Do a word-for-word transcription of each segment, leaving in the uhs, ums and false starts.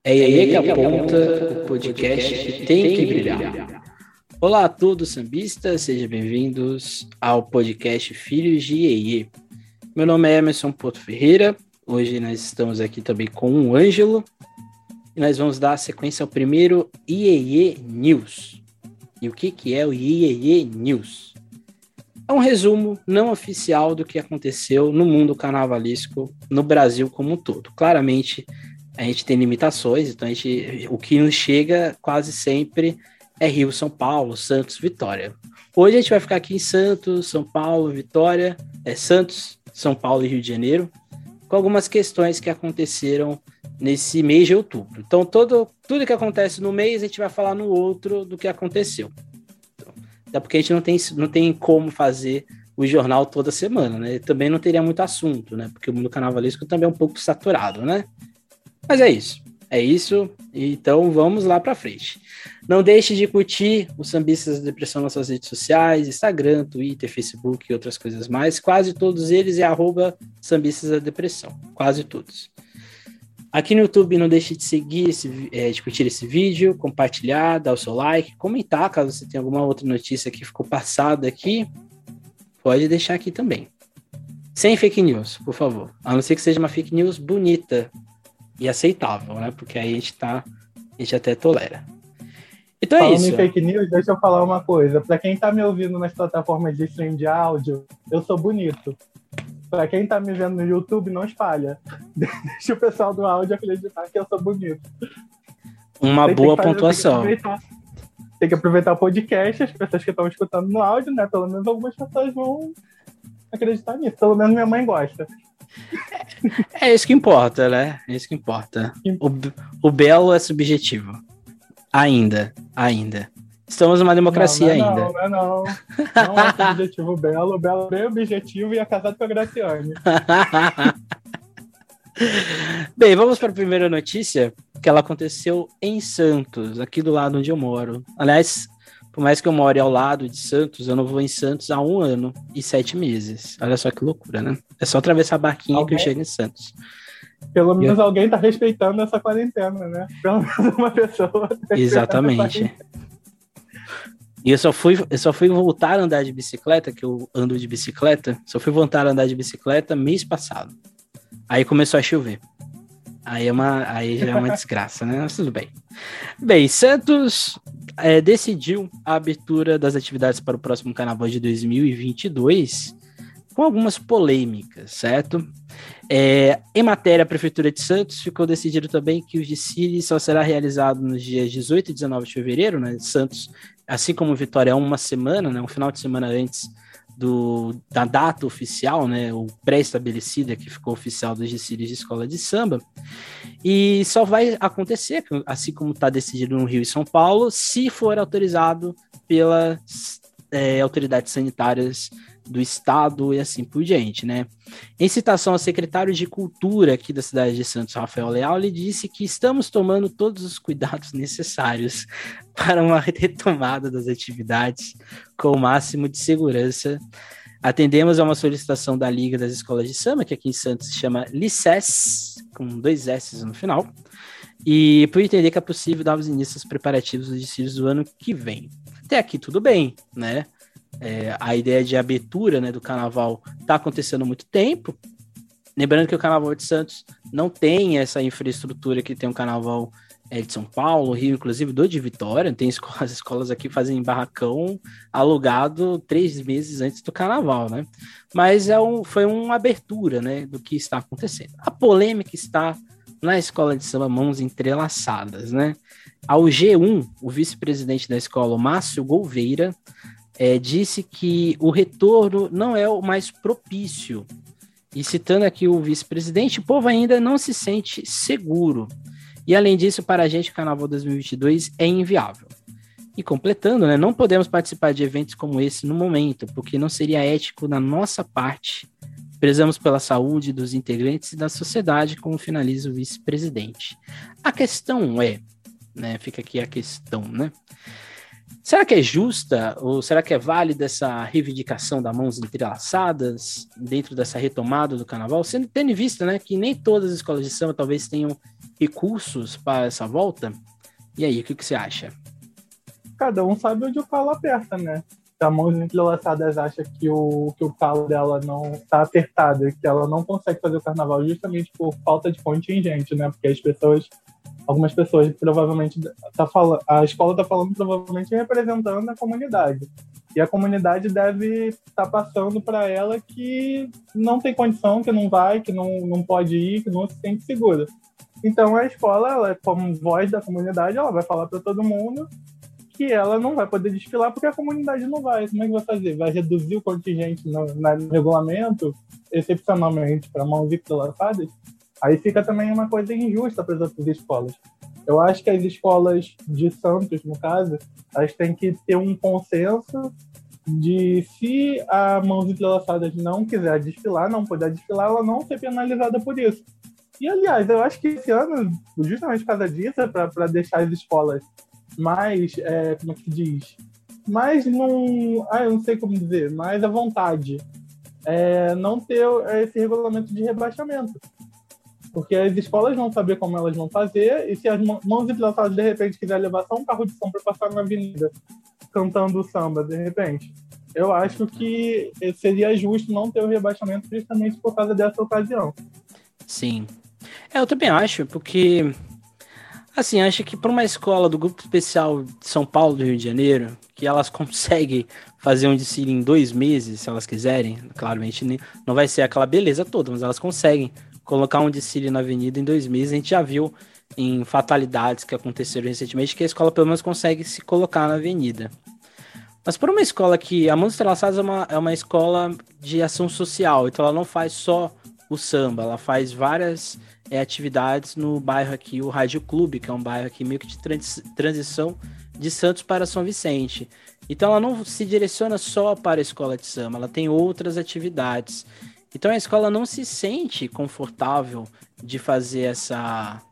É aí que aponta o podcast que tem que brilhar. Olá a todos sambistas, sejam bem-vindos ao podcast Filhos de Iê. Meu nome é Emerson Porto Ferreira, hoje nós estamos aqui também com o Ângelo e nós vamos dar sequência ao primeiro Iê News. E o que, que é o Iê News? É um resumo não oficial do que aconteceu no mundo carnavalesco no Brasil como um todo. Claramente, a gente tem limitações, então a gente, o que nos chega quase sempre é Rio, São Paulo, Santos, Vitória. Hoje a gente vai ficar aqui em Santos, São Paulo, Vitória, é Santos, São Paulo e Rio de Janeiro, com algumas questões que aconteceram nesse mês de outubro. Então, todo, tudo que acontece no mês, a gente vai falar no outro do que aconteceu. Então, até porque a gente não tem, não tem como fazer o jornal toda semana, né? Também não teria muito assunto, né? Porque o mundo carnavalesco também é um pouco saturado, né? Mas é isso, é isso, então vamos lá para frente. Não deixe de curtir os Sambistas da Depressão nas suas redes sociais, Instagram, Twitter, Facebook e outras coisas mais. Quase todos eles é arroba Sambistas da Depressão, quase todos. Aqui no YouTube não deixe de seguir, esse, é, de curtir esse vídeo, compartilhar, dar o seu like, comentar caso você tenha alguma outra notícia que ficou passada aqui, pode deixar aqui também. Sem fake news, por favor, a não ser que seja uma fake news bonita e aceitável, né? Porque aí a gente tá, a gente até tolera. Então é Falando isso. Falando em fake news, deixa eu falar uma coisa. Para quem tá me ouvindo nas plataformas de stream de áudio, eu sou bonito. Para quem tá me vendo no YouTube, não espalha. Deixa o pessoal do áudio acreditar que eu sou bonito. Uma tem, boa tem fazer, pontuação. Tem que, tem que aproveitar o podcast, as pessoas que estão escutando no áudio, né? Pelo menos algumas pessoas vão acreditar nisso. Pelo menos minha mãe gosta. É isso que importa, né? É isso que importa. O, o belo é subjetivo. Ainda, ainda. Estamos numa democracia não, não, ainda. Não, não, não. Não é subjetivo o belo. O belo é bem objetivo e é casado com a Graciane. Bem, vamos para a primeira notícia, que ela aconteceu em Santos, aqui do lado onde eu moro. Aliás, por mais que eu more ao lado de Santos, eu não vou em Santos há um ano e sete meses. Olha só que loucura, né? É só atravessar a barquinha alguém... que eu chego em Santos. Pelo menos eu... alguém tá respeitando essa quarentena, né? Pelo menos uma pessoa tá Exatamente. E eu só, fui, eu só fui voltar a andar de bicicleta, que eu ando de bicicleta, só fui voltar a andar de bicicleta mês passado. Aí começou a chover. Aí, é uma, aí já é uma desgraça, né? Mas tudo bem. Bem, Santos é, decidiu a abertura das atividades para o próximo carnaval de dois mil e vinte e dois com algumas polêmicas, certo? É, em matéria, a Prefeitura de Santos ficou decidido também que o desfile só será realizado nos dias dezoito e dezenove de fevereiro, né? Santos, assim como Vitória, é uma semana, né? Um final de semana antes do, da data oficial, né, o pré-estabelecida que ficou oficial dos desfiles de escola de samba, e só vai acontecer, assim como está decidido no Rio e São Paulo, se for autorizado pelas é, autoridades sanitárias do estado e assim por diante, né? Em citação ao secretário de Cultura aqui da cidade de Santos, Rafael Leal, ele disse que estamos tomando todos os cuidados necessários para uma retomada das atividades com o máximo de segurança. Atendemos a uma solicitação da Liga das Escolas de Samba, que aqui em Santos se chama Lices, com dois S no final, e por entender que é possível dar os inícios aos preparativos dos desfiles do ano que vem. Até aqui tudo bem, né? É, a ideia de abertura, né, do carnaval está acontecendo há muito tempo. Lembrando que o Carnaval de Santos não tem essa infraestrutura que tem o Carnaval é, de São Paulo, Rio, inclusive do de Vitória. Tem escolas, as escolas aqui fazem barracão alugado três meses antes do Carnaval, né? Mas é um, foi uma abertura, né, do que está acontecendo. A polêmica está na escola de samba Mãos Entrelaçadas, né? Ao G um, o vice-presidente da escola, Márcio Gouveia, É, disse que o retorno não é o mais propício. E citando aqui o vice-presidente, o povo ainda não se sente seguro. E além disso, para a gente, o Carnaval dois mil e vinte e dois é inviável. E completando, né, não podemos participar de eventos como esse no momento, porque não seria ético da nossa parte. Prezamos pela saúde dos integrantes e da sociedade, como finaliza o vice-presidente. A questão é, né, fica aqui a questão, né? Será que é justa ou será que é válida essa reivindicação das mãos entrelaçadas dentro dessa retomada do carnaval? Sendo tendo em vista, né, que nem todas as escolas de samba talvez tenham recursos para essa volta. E aí, o que, que você acha? Cada um sabe onde o calo aperta, né? Se a mãos entrelaçadas acha que o, que o calo dela não está apertado e que ela não consegue fazer o carnaval justamente por falta de contingente, né? Porque as pessoas, algumas pessoas provavelmente tá falando, a escola está falando provavelmente representando a comunidade. E a comunidade deve estar tá passando para ela que não tem condição, que não vai, que não, não pode ir, que não se sente segura. Então a escola, ela, como voz da comunidade, ela vai falar para todo mundo que ela não vai poder desfilar porque a comunidade não vai. Como é que vai fazer? Vai reduzir o contingente no, no regulamento, excepcionalmente, para mãos entrelaçadas? Aí fica também uma coisa injusta para as outras escolas. Eu acho que as escolas de Santos, no caso, elas têm que ter um consenso de se a mãos entrelaçadas não quiser desfilar, não puder desfilar, ela não ser penalizada por isso. E, aliás, eu acho que esse ano, justamente por causa disso, é para deixar as escolas mais, é, como é que se diz? Mais num... Ah, eu não sei como dizer. Mais à vontade. É, não ter esse regulamento de rebaixamento. Porque as escolas vão saber como elas vão fazer, e se as mãos entrelaçadas, de repente, quiserem levar só um carro de som para passar na avenida cantando samba, de repente, eu acho que seria justo não ter o rebaixamento justamente por causa dessa ocasião. Sim. É, eu também acho, porque... Assim, acho que para uma escola do Grupo Especial de São Paulo do Rio de Janeiro, que elas conseguem fazer um desfile em dois meses, se elas quiserem, claramente não vai ser aquela beleza toda, mas elas conseguem colocar um desfile na avenida em dois meses. A gente já viu em fatalidades que aconteceram recentemente que a escola pelo menos consegue se colocar na avenida. Mas por uma escola que, a Mãos Entrelaçadas é uma, é uma escola de ação social, então ela não faz só o samba, ela faz várias... É, atividades no bairro aqui, o Rádio Clube, que é um bairro aqui meio que de transi- transição de Santos para São Vicente. Então ela não se direciona só para a escola de samba, ela tem outras atividades. Então a escola não se sente confortável de fazer essa...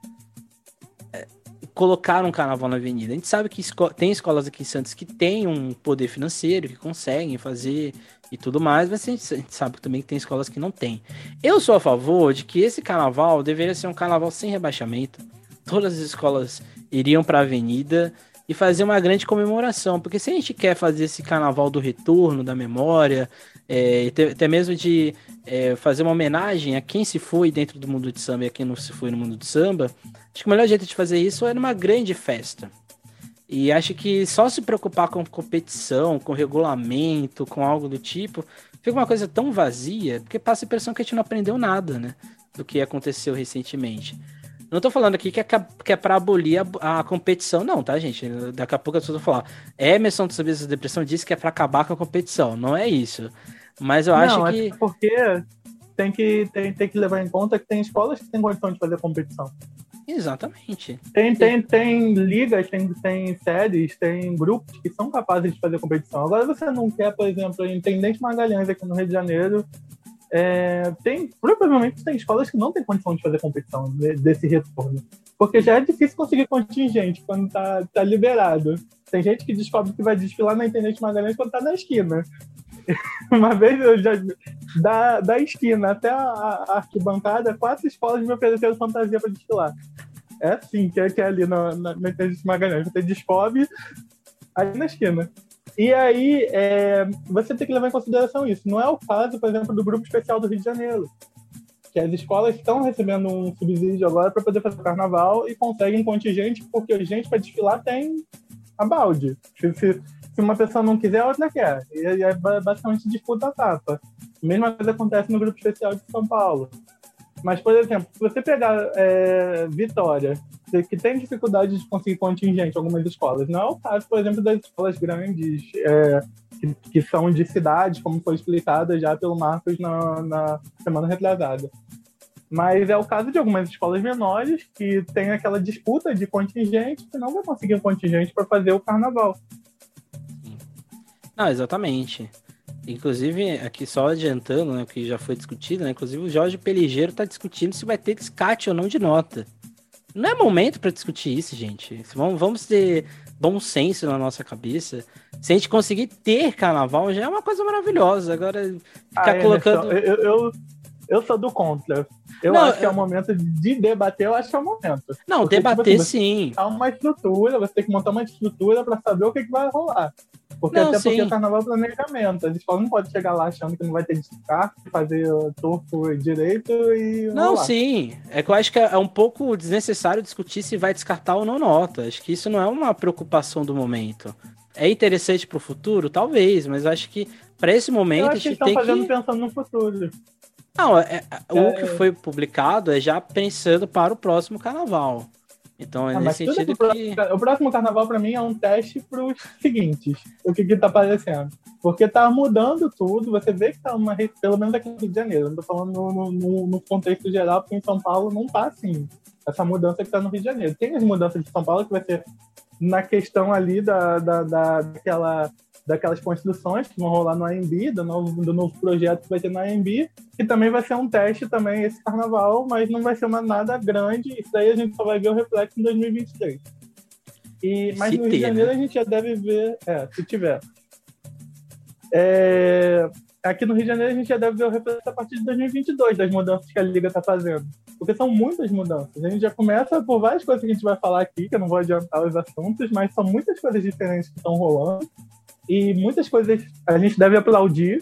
É, colocar um carnaval na avenida. A gente sabe que esco- tem escolas aqui em Santos que têm um poder financeiro, que conseguem fazer... e tudo mais, mas a gente, a gente sabe também que tem escolas que não tem. Eu sou a favor de que esse carnaval deveria ser um carnaval sem rebaixamento. Todas as escolas iriam para a avenida e fazer uma grande comemoração, porque se a gente quer fazer esse carnaval do retorno, da memória, é, até, até mesmo de é, fazer uma homenagem a quem se foi dentro do mundo de samba e a quem não se foi no mundo de samba, acho que o melhor jeito de fazer isso é numa grande festa. E acho que só se preocupar com competição, com regulamento, com algo do tipo, fica uma coisa tão vazia, porque passa a impressão que a gente não aprendeu nada, né? Do que aconteceu recentemente. Não tô falando aqui que é, que é pra abolir a, a competição, não, tá, gente? Daqui a pouco as pessoas vão falar. Emerson do Sabias da Depressão disse que é pra acabar com a competição. Não é isso. Mas eu acho não, que... Não, é porque tem que, tem, tem que levar em conta que tem escolas que têm condição de fazer competição. Exatamente. Tem, tem, tem ligas, tem, tem séries, tem grupos que são capazes de fazer competição. Agora você não quer, por exemplo, em Intendente Magalhães aqui no Rio de Janeiro, é, tem, provavelmente tem escolas que não têm condição de fazer competição desse retorno. Porque já é difícil conseguir contingente quando tá, tá liberado. Tem gente que descobre que vai desfilar na Intendente Magalhães quando tá na esquina. Uma vez eu já... Da, da esquina até a, a arquibancada, quatro escolas me ofereceram fantasia para desfilar. É assim, que é, que é ali na, na, na Intendente Magalhães. Você descobre aí na esquina. E aí, é, você tem que levar em consideração isso. Não é o caso, por exemplo, do Grupo Especial do Rio de Janeiro, que as escolas estão recebendo um subsídio agora para poder fazer o carnaval e conseguem contingente, porque gente para desfilar tem a balde. Se, se, se uma pessoa não quiser, a outra quer. E aí, basicamente, disputa a tapa. A mesma coisa acontece no Grupo Especial de São Paulo. Mas, por exemplo, se você pegar é, Vitória, que tem dificuldade de conseguir contingente em algumas escolas, não é o caso, por exemplo, das escolas grandes, é, que, que são de cidades, como foi explicado já pelo Marcos na, na semana retrasada. Mas é o caso de algumas escolas menores que tem aquela disputa de contingente que não vai conseguir um contingente para fazer o carnaval. Não, exatamente. Inclusive, aqui só adiantando, né, o que já foi discutido, né, inclusive o Jorge Peligeiro está discutindo se vai ter descarte ou não de nota. Não é momento para discutir isso, gente. Vamos, vamos ter bom senso na nossa cabeça, se a gente conseguir ter carnaval, já é uma coisa maravilhosa. Agora, ficar ah, colocando... Eu, eu, eu sou do contra. Eu não, acho que é o momento de debater, eu acho que é o momento. Não, Porque, debater tipo, sim. Há uma estrutura, você tem que montar uma estrutura para saber o que, que vai rolar. Porque não, até sim. porque o carnaval é planejamento. A escola não pode chegar lá achando que não vai ter descarte, fazer torto direito e. Não, rolar. sim. É que eu acho que é um pouco desnecessário discutir se vai descartar ou não nota. Acho que isso não é uma preocupação do momento. É interessante para o futuro? Talvez, mas eu acho que para esse momento eu a acho que gente estão tem fazendo que... pensando no futuro. Não, é, é, o É... que foi publicado é já pensando para o próximo carnaval. Então é ah, nesse sentido pro... que... O próximo carnaval, para mim, é um teste para os seguintes. O que que tá aparecendo. Porque tá mudando tudo. Você vê que tá uma... Pelo menos aqui no Rio de Janeiro. Não tô falando no, no, no contexto geral, porque em São Paulo não tá assim. Essa mudança que tá no Rio de Janeiro. Tem as mudanças de São Paulo que vai ser na questão ali da, da, da, daquela... daquelas construções que vão rolar no A M B, do novo, do novo projeto que vai ter no A M B, que também vai ser um teste também esse carnaval, mas não vai ser uma, nada grande, isso daí a gente só vai ver o reflexo em dois mil e vinte e três. E, mas se no Rio ter, de Janeiro né? a gente já deve ver, é, se tiver. É, aqui no Rio de Janeiro a gente já deve ver o reflexo a partir de dois mil e vinte e dois, das mudanças que a Liga está fazendo. Porque são muitas mudanças. A gente já começa por várias coisas que a gente vai falar aqui, que eu não vou adiantar os assuntos, mas são muitas coisas diferentes que estão rolando. E muitas coisas a gente deve aplaudir,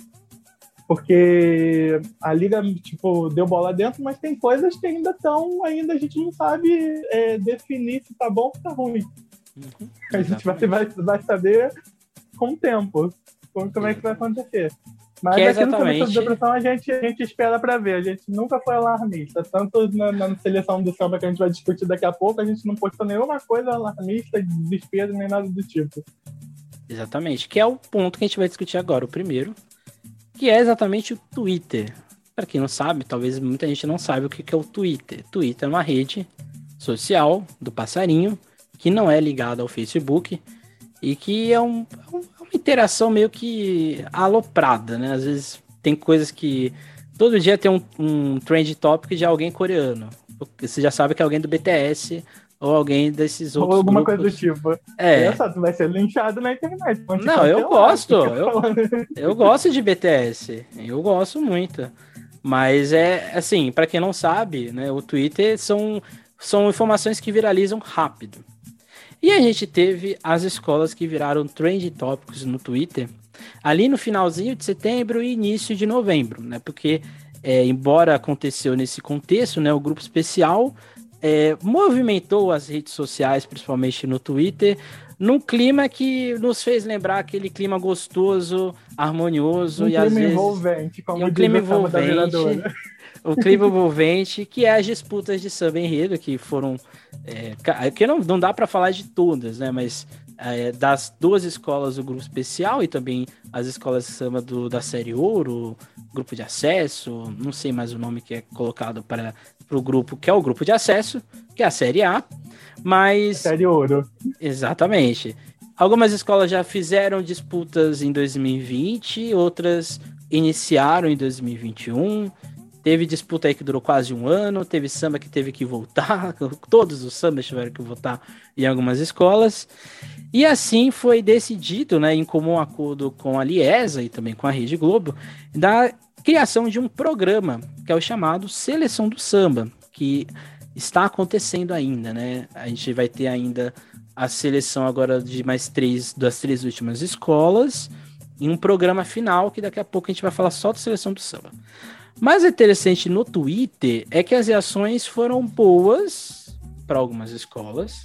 porque a Liga, tipo, deu bola dentro, mas tem coisas que ainda estão, ainda a gente não sabe é, definir se tá bom ou se tá ruim. Uhum, a gente vai, vai, vai saber com o tempo, como é que vai acontecer. Mas que é aqui exatamente... no Seleção de Depressão a gente, a gente espera para ver, a gente nunca foi alarmista, tanto na, na seleção do samba que a gente vai discutir daqui a pouco, a gente não postou nenhuma coisa alarmista, de desespero, nem nada do tipo. Exatamente, que é o ponto que a gente vai discutir agora, o primeiro, que é exatamente o Twitter. Para quem não sabe, talvez muita gente não saiba o que é o Twitter. Twitter é uma rede social do passarinho, que não é ligada ao Facebook, e que é, um, é uma interação meio que aloprada, né? Às vezes tem coisas que... Todo dia tem um, um trend topic de alguém coreano. Você já sabe que é alguém do B T S... ou alguém desses outros ou alguma grupos. Coisa do tipo. É. Essa, tu vai ser linchado na internet. Não, eu gosto. Eu, eu gosto de B T S. Eu gosto muito. Mas é, assim, para quem não sabe, né, o Twitter são, são informações que viralizam rápido. E a gente teve as escolas que viraram trend topics no Twitter ali no finalzinho de setembro e início de novembro, né? Porque, é, embora aconteceu nesse contexto, né, o grupo especial É, movimentou as redes sociais, principalmente no Twitter, num clima que nos fez lembrar aquele clima gostoso, harmonioso um e às vezes envolvente, como um clima envolvente, um clima envolvente, que é as disputas de samba enredo, que foram, é, que não, não dá para falar de todas, né? Mas é, das duas escolas do grupo especial e também as escolas de samba do, da série Ouro, grupo de acesso, não sei mais o nome que é colocado para o grupo, que é o grupo de acesso, que é a série A, mas... Série Ouro. Exatamente. Algumas escolas já fizeram disputas em dois mil e vinte, outras iniciaram em dois mil e vinte e um, teve disputa aí que durou quase um ano, teve samba que teve que voltar, todos os sambas tiveram que voltar em algumas escolas, e assim foi decidido, né, em comum acordo com a Liesa e também com a Rede Globo, da criação de um programa, que é o chamado Seleção do Samba, que está acontecendo ainda, né? A gente vai ter ainda a seleção agora de mais três, das três últimas escolas, em um programa final, que daqui a pouco a gente vai falar só da Seleção do Samba. Mas o interessante no Twitter é que as reações foram boas para algumas escolas,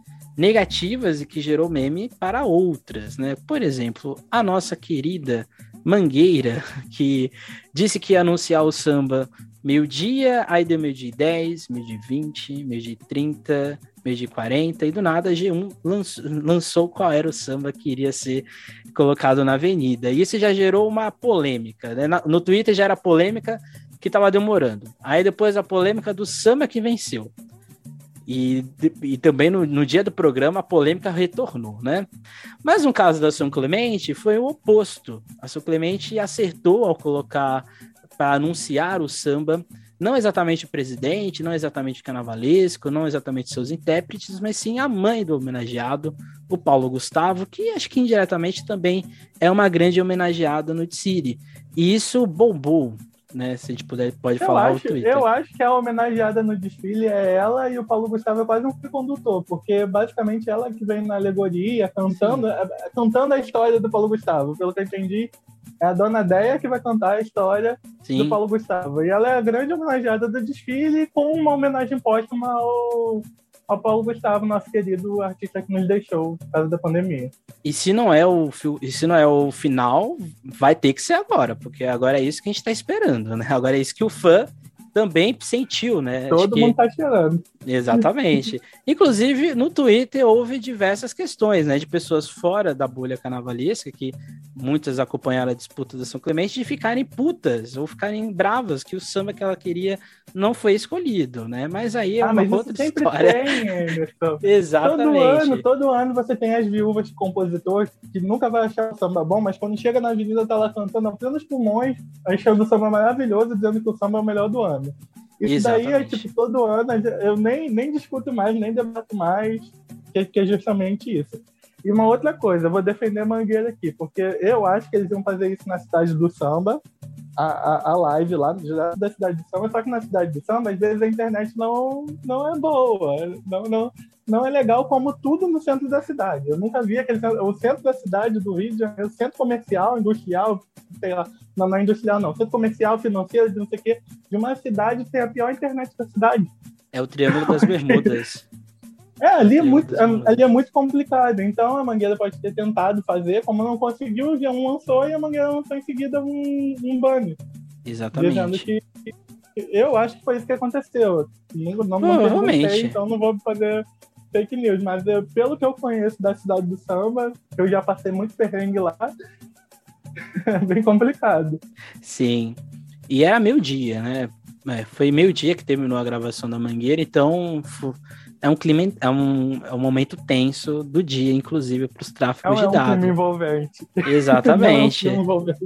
negativas e que gerou meme para outras, né? Por exemplo, a nossa querida Mangueira, que disse que ia anunciar o samba meio-dia, aí deu meio-dia e dez, meio-dia e vinte, meio-dia e trinta, meio-dia e quarenta, e do nada a G um lançou, lançou qual era o samba que iria ser colocado na avenida. E isso já gerou uma polêmica, né? No Twitter já era polêmica que estava demorando. Aí depois a polêmica do samba que venceu. E, e também no, no dia do programa a polêmica retornou, né? Mas no caso da São Clemente foi o oposto. A São Clemente acertou ao colocar, para anunciar o samba não exatamente o presidente, não exatamente o carnavalesco, não exatamente seus intérpretes, mas sim a mãe do homenageado, o Paulo Gustavo, que acho que indiretamente também é uma grande homenageada no Tsiri. E isso bombou, né? Se a gente puder, pode eu falar acho, o Twitter. Eu acho que a homenageada no desfile é ela e o Paulo Gustavo é quase um condutor, porque basicamente ela que vem na alegoria, cantando, cantando a história do Paulo Gustavo. Pelo que eu entendi, é a Dona Déia que vai cantar a história Sim. do Paulo Gustavo. E ela é a grande homenageada do desfile, com uma homenagem póstuma ao, ao Paulo Gustavo, nosso querido artista que nos deixou por causa da pandemia. E se não é o, e se não é o final, vai ter que ser agora, porque agora é isso que a gente está esperando, né? Agora é isso que o fã também sentiu, né? Todo Acho mundo que... tá chorando. Exatamente. Inclusive, no Twitter houve diversas questões, né? De pessoas fora da bolha carnavalesca, que muitas acompanharam a disputa da São Clemente, de ficarem putas ou ficarem bravas que o samba que ela queria não foi escolhido, né? Mas aí é ah, uma mas outra isso sempre história. Tem, Emerson. Exatamente. Todo ano, todo ano você tem as viúvas de compositores que nunca vai achar o samba bom, mas quando chega na avenida tá lá cantando a plenos pulmões, achando o samba maravilhoso, dizendo que o samba é o melhor do ano. Isso Exatamente. Daí é tipo, todo ano eu nem, nem discuto mais, nem debato mais, que, que é justamente isso. E uma outra coisa, eu vou defender Mangueira aqui, porque eu acho que eles iam fazer isso na cidade do samba, a, a, a live lá da cidade do samba, só que na cidade do samba, às vezes a internet não, não é boa, não, não, não é legal como tudo no centro da cidade. Eu nunca vi aquele o centro da cidade do Rio de Janeiro, centro comercial, industrial, sei lá, não, não é industrial não, centro comercial, financeiro, não sei o quê, de uma cidade que tem a pior internet da cidade. É o Triângulo das Bermudas. É, ali é, muito, ali é muito complicado. Então a Mangueira pode ter tentado fazer, como não conseguiu, o G um lançou e a Mangueira lançou em seguida um, um banner. Exatamente. Dizendo que eu acho que foi isso que aconteceu. Não, não, não perguntei, então não vou fazer fake news, mas eu, pelo que eu conheço da cidade do samba, eu já passei muito perrengue lá, é bem complicado. Sim. E era meio-dia, né? É, foi meio-dia que terminou a gravação da Mangueira, então é um clima, é um, é um momento tenso do dia, inclusive, para os tráficos é, de dados. É um clima envolvente. Exatamente. Não é um clima envolvente.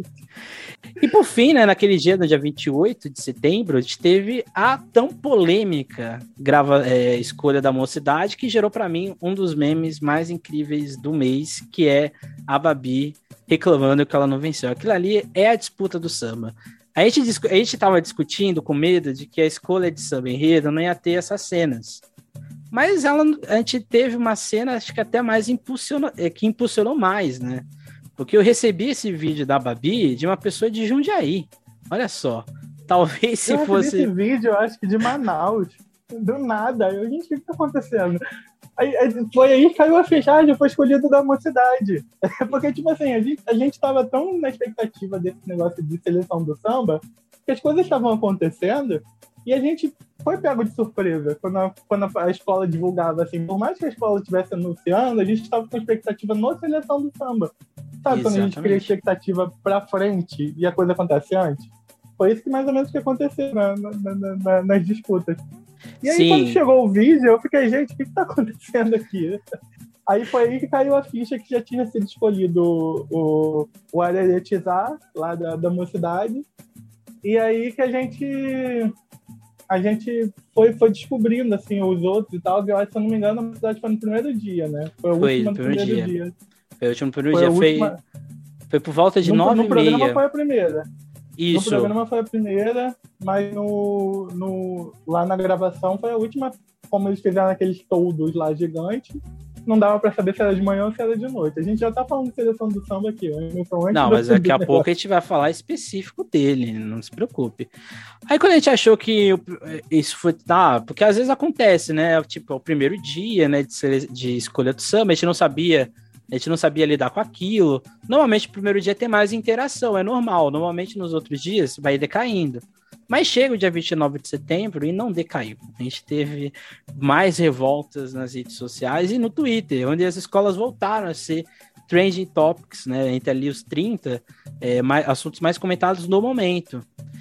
E por fim, né, naquele dia, no dia vinte e oito de setembro, a gente teve a tão polêmica grava, é, escolha da Mocidade, que gerou para mim um dos memes mais incríveis do mês, que é a Babi reclamando que ela não venceu. Aquilo ali é a disputa do samba. A gente, a gente tava discutindo com medo de que a escolha de samba enredo não ia ter essas cenas. Mas ela, a gente teve uma cena, acho que até mais impulsionou, que impulsionou mais, né? Porque eu recebi esse vídeo da Babi de uma pessoa de Jundiaí. Olha só. Talvez se eu fosse... esse vídeo, eu acho que de Manaus. Do nada. Eu, gente, o que tá acontecendo? Aí, aí, foi aí que caiu a fechagem, foi escolhido da Mocidade. Porque, tipo assim, a gente, a gente tava tão na expectativa desse negócio de seleção do samba, que as coisas estavam acontecendo e a gente foi pego de surpresa. Quando a, quando a escola divulgava, assim, por mais que a escola estivesse anunciando, a gente estava com expectativa no seleção do samba. Sabe, Exatamente. Quando a gente cria expectativa pra frente e a coisa acontece antes? Foi isso que mais ou menos que aconteceu na, na, na, nas disputas. E aí, Sim. quando chegou o vídeo, eu fiquei, gente, o que está acontecendo aqui? Aí foi aí que caiu a ficha que já tinha sido escolhido o, o Areretizar, lá da, da Mocidade. E aí que a gente, a gente foi, foi descobrindo, assim, os outros e tal. E eu acho, se eu não me engano, a Mocidade foi no primeiro dia, né? Foi o foi último no primeiro dia. dia. Foi o último primeiro foi dia. Foi, última... foi por volta de nove e meia. No programa foi a primeira. Isso. No programa foi a primeira, mas no, no, lá na gravação foi a última, como eles fizeram aqueles toldos lá gigantes, não dava pra saber se era de manhã ou se era de noite. A gente já tá falando de seleção do samba aqui. Então, não, mas daqui a pouco a gente vai falar específico dele, não se preocupe. Aí quando a gente achou que isso foi... Tá, porque às vezes acontece, né? Tipo, é o primeiro dia, né, de, sele... de escolha do samba, a gente não sabia... A gente não sabia lidar com aquilo. Normalmente, o primeiro dia tem mais interação, é normal. Normalmente, nos outros dias, vai decaindo. Mas chega o dia vinte e nove de setembro e não decaiu. A gente teve mais revoltas nas redes sociais e no Twitter, onde as escolas voltaram a ser trending topics, né? Entre ali os trinta é, mais, assuntos mais comentados no momento.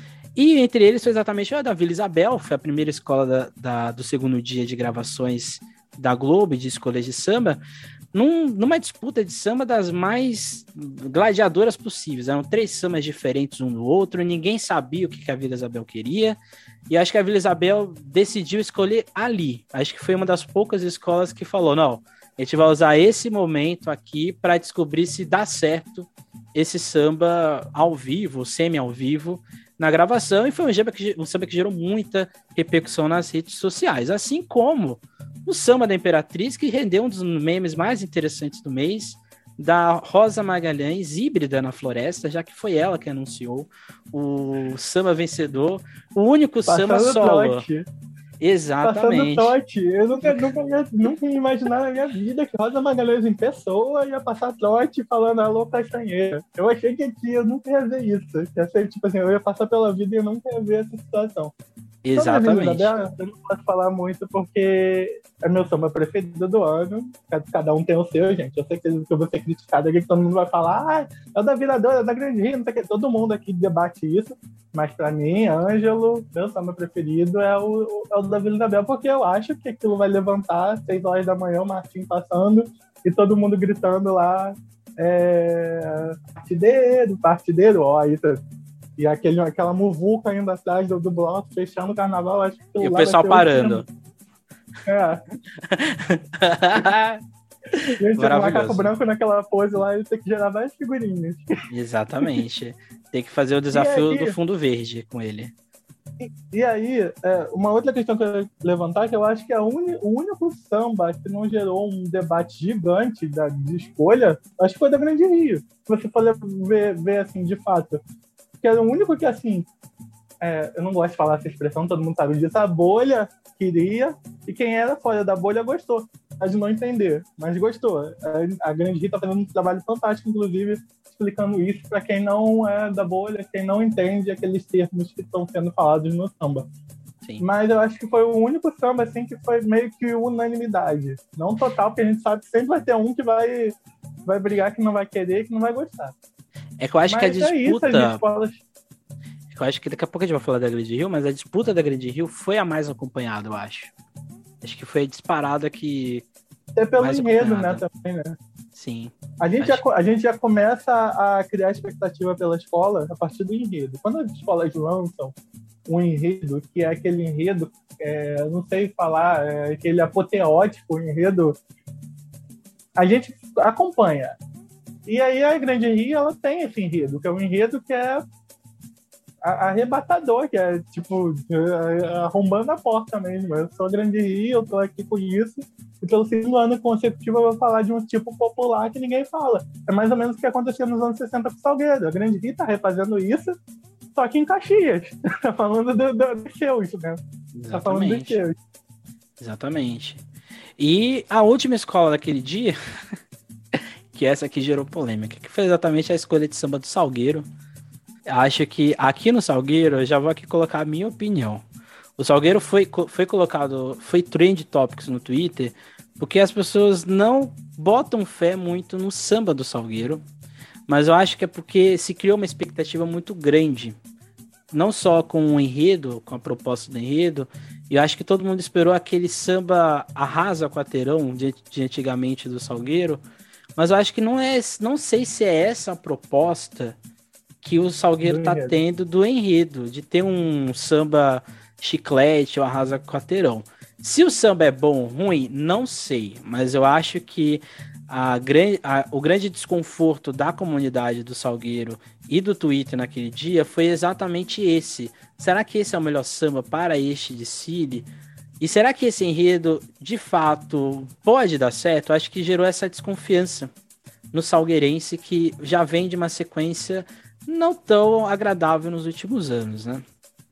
E entre eles foi exatamente a da Vila Isabel, foi a primeira escola da, da, do segundo dia de gravações da Globo, de escolhas de samba. num, numa disputa de samba das mais gladiadoras possíveis. Eram três sambas diferentes um do outro, e ninguém sabia o que a Vila Isabel queria, e acho que a Vila Isabel decidiu escolher ali. Acho que foi uma das poucas escolas que falou, não, a gente vai usar esse momento aqui para descobrir se dá certo esse samba ao vivo, semi ao vivo, na gravação, e foi um samba, que, um samba que gerou muita repercussão nas redes sociais, assim como o samba da Imperatriz, que rendeu um dos memes mais interessantes do mês, da Rosa Magalhães, híbrida na floresta, já que foi ela que anunciou o samba vencedor, o único Passando samba solo. Trote. Exatamente. Passando trote. Eu nunca, nunca, nunca ia imaginar na minha vida que Rosa Magalhães em pessoa ia passar trote falando alô castanheira. Eu achei que aqui eu nunca ia ver isso. Eu sei, tipo assim, eu ia passar pela vida e eu nunca ia ver essa situação. Exatamente. Isabel, eu não posso falar muito porque é meu samba preferido do ano. Cada um tem o seu, gente. Eu sei que eu vou ser criticado aqui, que todo mundo vai falar, ah, é o da Viradora, é da Grande Rio, não sei o que. Todo mundo aqui debate isso. Mas pra mim, Ângelo, meu samba preferido é o, é o da Vila Isabel, porque eu acho que aquilo vai levantar às seis horas da manhã, o Martim passando e todo mundo gritando lá, é, partideiro, partideiro, ó, isso. E aquele, aquela muvuca indo atrás do, do bloco, fechando o carnaval. Acho que e o pessoal parando. É. Gente, o macaco branco naquela pose lá, ele tem que gerar várias figurinhas. Exatamente. Tem que fazer o desafio aí, do fundo verde com ele. E, e aí, é, uma outra questão que eu ia levantar, que eu acho que é uni, o único samba que não gerou um debate gigante da, de escolha, acho que foi da Grande Rio. Se você for ver, ver assim, de fato. Que era o único que, assim, é, eu não gosto de falar essa expressão, todo mundo sabe disso, a bolha queria, e quem era fora da bolha gostou. Pode não entender, mas gostou. A, a Grande Rio está fazendo um trabalho fantástico, inclusive, explicando isso para quem não é da bolha, quem não entende aqueles termos que estão sendo falados no samba. Sim. Mas eu acho que foi o único samba, assim, que foi meio que unanimidade. Não total, porque a gente sabe que sempre vai ter um que vai, vai brigar, que não vai querer, que não vai gostar. É que eu acho mas que a disputa... É isso, a escolas... Eu acho que daqui a pouco a gente vai falar da Grande Rio, mas a disputa da Grande Rio foi a mais acompanhada, eu acho. Acho que foi a disparada que... É pelo enredo, né, também, né? Sim. A gente, acho... já, a gente já começa a criar expectativa pela escola a partir do enredo. Quando as escolas lançam um enredo, que é aquele enredo, é, não sei falar, é aquele apoteótico enredo, a gente acompanha. E aí a Grande Rio, ela tem esse enredo, que é um enredo que é arrebatador, que é tipo arrombando a porta mesmo. Eu sou a Grande Rio, eu tô aqui com isso, e pelo segundo ano consecutivo eu vou falar de um tipo popular que ninguém fala. É mais ou menos o que acontecia nos anos sessenta com o Salgueiro. A Grande Rio tá refazendo isso, só que em Caxias. Tá falando do, do, dos seus, né? Exatamente. Tá falando dos seus. Exatamente. E a última escola daquele dia, que essa aqui gerou polêmica, que foi exatamente a escolha de samba do Salgueiro. Acho que aqui no Salgueiro, eu já vou aqui colocar a minha opinião. O Salgueiro foi, foi colocado, foi trend topics no Twitter, porque as pessoas não botam fé muito no samba do Salgueiro, mas eu acho que é porque se criou uma expectativa muito grande, não só com o enredo, com a proposta do enredo, e eu acho que todo mundo esperou aquele samba arrasa quarteirão de, de antigamente do Salgueiro, mas eu acho que não é, não sei se é essa a proposta que o Salgueiro tá tendo do enredo, de ter um samba chiclete ou arrasa quarteirão. Se o samba é bom ou ruim, não sei, mas eu acho que a, a, o grande desconforto da comunidade do Salgueiro e do Twitter naquele dia foi exatamente esse. Será que esse é o melhor samba para este desfile? E será que esse enredo, de fato, pode dar certo? Eu acho que gerou essa desconfiança no salgueirense, que já vem de uma sequência não tão agradável nos últimos anos, né?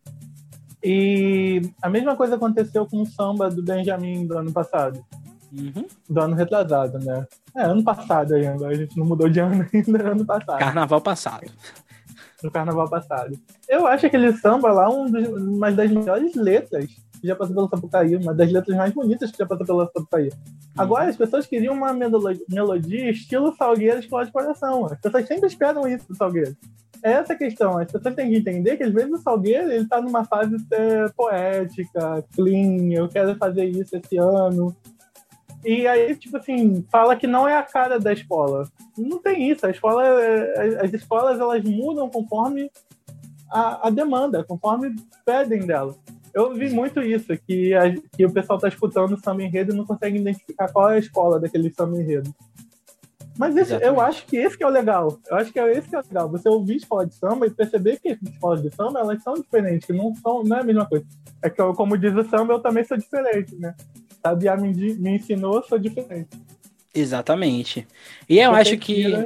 E a mesma coisa aconteceu com o samba do Benjamin do ano passado. Uhum. Do ano retrasado, né? É, ano passado ainda. A gente não mudou de ano ainda, ano passado. Carnaval passado. No carnaval passado. Eu acho aquele samba lá um dos, uma das melhores letras que já passou pela Sapucaí, uma das letras mais bonitas que já passou pela Sapucaí. Agora, as pessoas queriam uma melodia estilo Salgueiro, Escola de Coração. As pessoas sempre esperam isso do Salgueiro. É essa a questão. As pessoas têm que entender que, às vezes, o Salgueiro ele tá numa fase é, poética, clean, eu quero fazer isso esse ano. E aí, tipo assim, fala que não é a cara da escola. Não tem isso. A escola, as escolas, elas mudam conforme a, a demanda, conforme pedem dela. Eu vi muito isso, que, a, que o pessoal tá escutando o samba enredo e não consegue identificar qual é a escola daquele samba enredo. Mas esse, eu acho que esse que é o legal. Eu acho que é esse que é o legal. Você ouvir escola de samba e perceber que as escolas de samba, elas são diferentes, que não, são, não é a mesma coisa. É que, eu, como diz o samba, eu também sou diferente, né? Sabiá me, me ensinou, eu sou diferente. Exatamente. E eu acho que...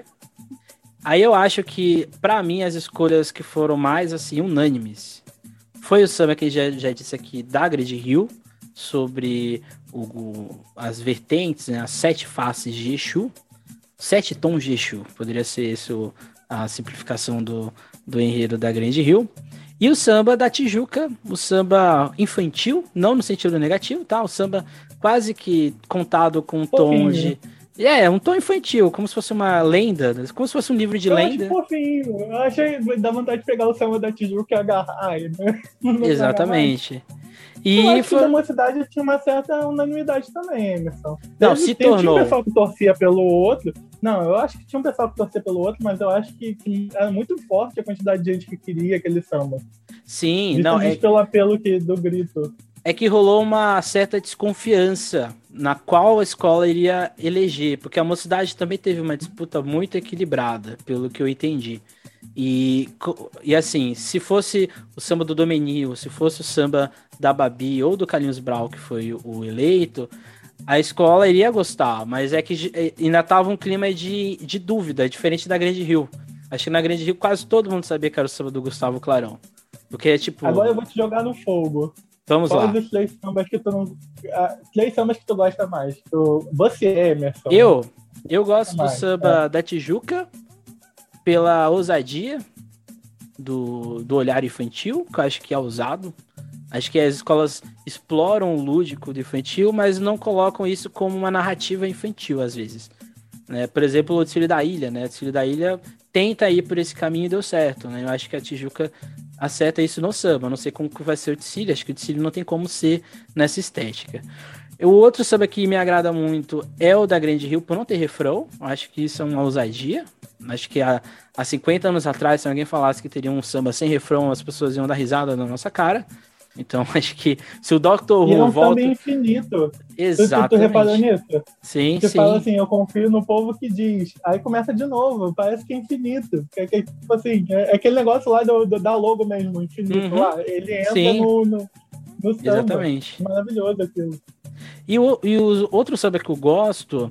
Aí eu acho que, pra mim, as escolhas que foram mais, assim, unânimes foi o samba que já, já disse aqui, da Grande Rio, sobre o, o, as vertentes, né, as sete faces de Exu. Sete tons de Exu, poderia ser isso a simplificação do, do enredo da Grande Rio. E o samba da Tijuca, o samba infantil, não no sentido negativo, tá? O samba quase que contado com um tom de... É, um tom infantil, como se fosse uma lenda, como se fosse um livro de eu lenda. Eu acho fofinho, eu achei, dá vontade de pegar o samba da Tijuca e agarrar, né? Exatamente. E eu acho foi... que da Mocidade tinha uma certa unanimidade também, Emerson. Não, Teve, se teve, tornou... Tinha um pessoal que torcia pelo outro. Não, eu acho que tinha um pessoal que torcia pelo outro, mas eu acho que, que era muito forte a quantidade de gente que queria aquele samba. Sim, Visto não, é... pelo apelo que, do grito. É que rolou uma certa desconfiança na qual a escola iria eleger, porque a Mocidade também teve uma disputa muito equilibrada, pelo que eu entendi. E, e assim, se fosse o samba do Domenil, se fosse o samba da Babi ou do Carlinhos Brau, que foi o eleito, a escola iria gostar, mas é que ainda tava um clima de, de dúvida, diferente da Grande Rio. Acho que na Grande Rio quase todo mundo sabia que era o samba do Gustavo Clarão. Porque é tipo... Agora eu vou te jogar no fogo. Vamos Quais lá. Quais os três sambas que tu não... Ah, três sambas que tu gosta mais? Tu... Você, Emerson. Eu? Eu gosto do mais, samba é. da Tijuca, pela ousadia do, do olhar infantil, que eu acho que é ousado. Acho que as escolas exploram o lúdico do infantil, mas não colocam isso como uma narrativa infantil, às vezes. Né? Por exemplo, o Desfile da Ilha, né? O Desfile da Ilha tenta ir por esse caminho e deu certo, né? Eu acho que a Tijuca acerta isso no samba. Não sei como que vai ser o Desfile, acho que o Desfile não tem como ser nessa estética. O outro samba que me agrada muito é o da Grande Rio, por não ter refrão. Acho que isso é uma ousadia. Acho que há, há cinquenta anos atrás, se alguém falasse que teria um samba sem refrão, as pessoas iam dar risada na nossa cara. Então, acho que se o doutor Who e é um volta... samba infinito. Exatamente. Tu, tu reparou nisso? Sim, Você sim. fala assim, eu confio no povo que diz. Aí começa de novo, parece que é infinito. É, que, tipo assim, é, é aquele negócio lá do, do, da logo mesmo, infinito. Uhum. Lá, ele entra Sim. no, no, no samba. Exatamente. Maravilhoso aquilo. E, o, e os outros samba que eu gosto,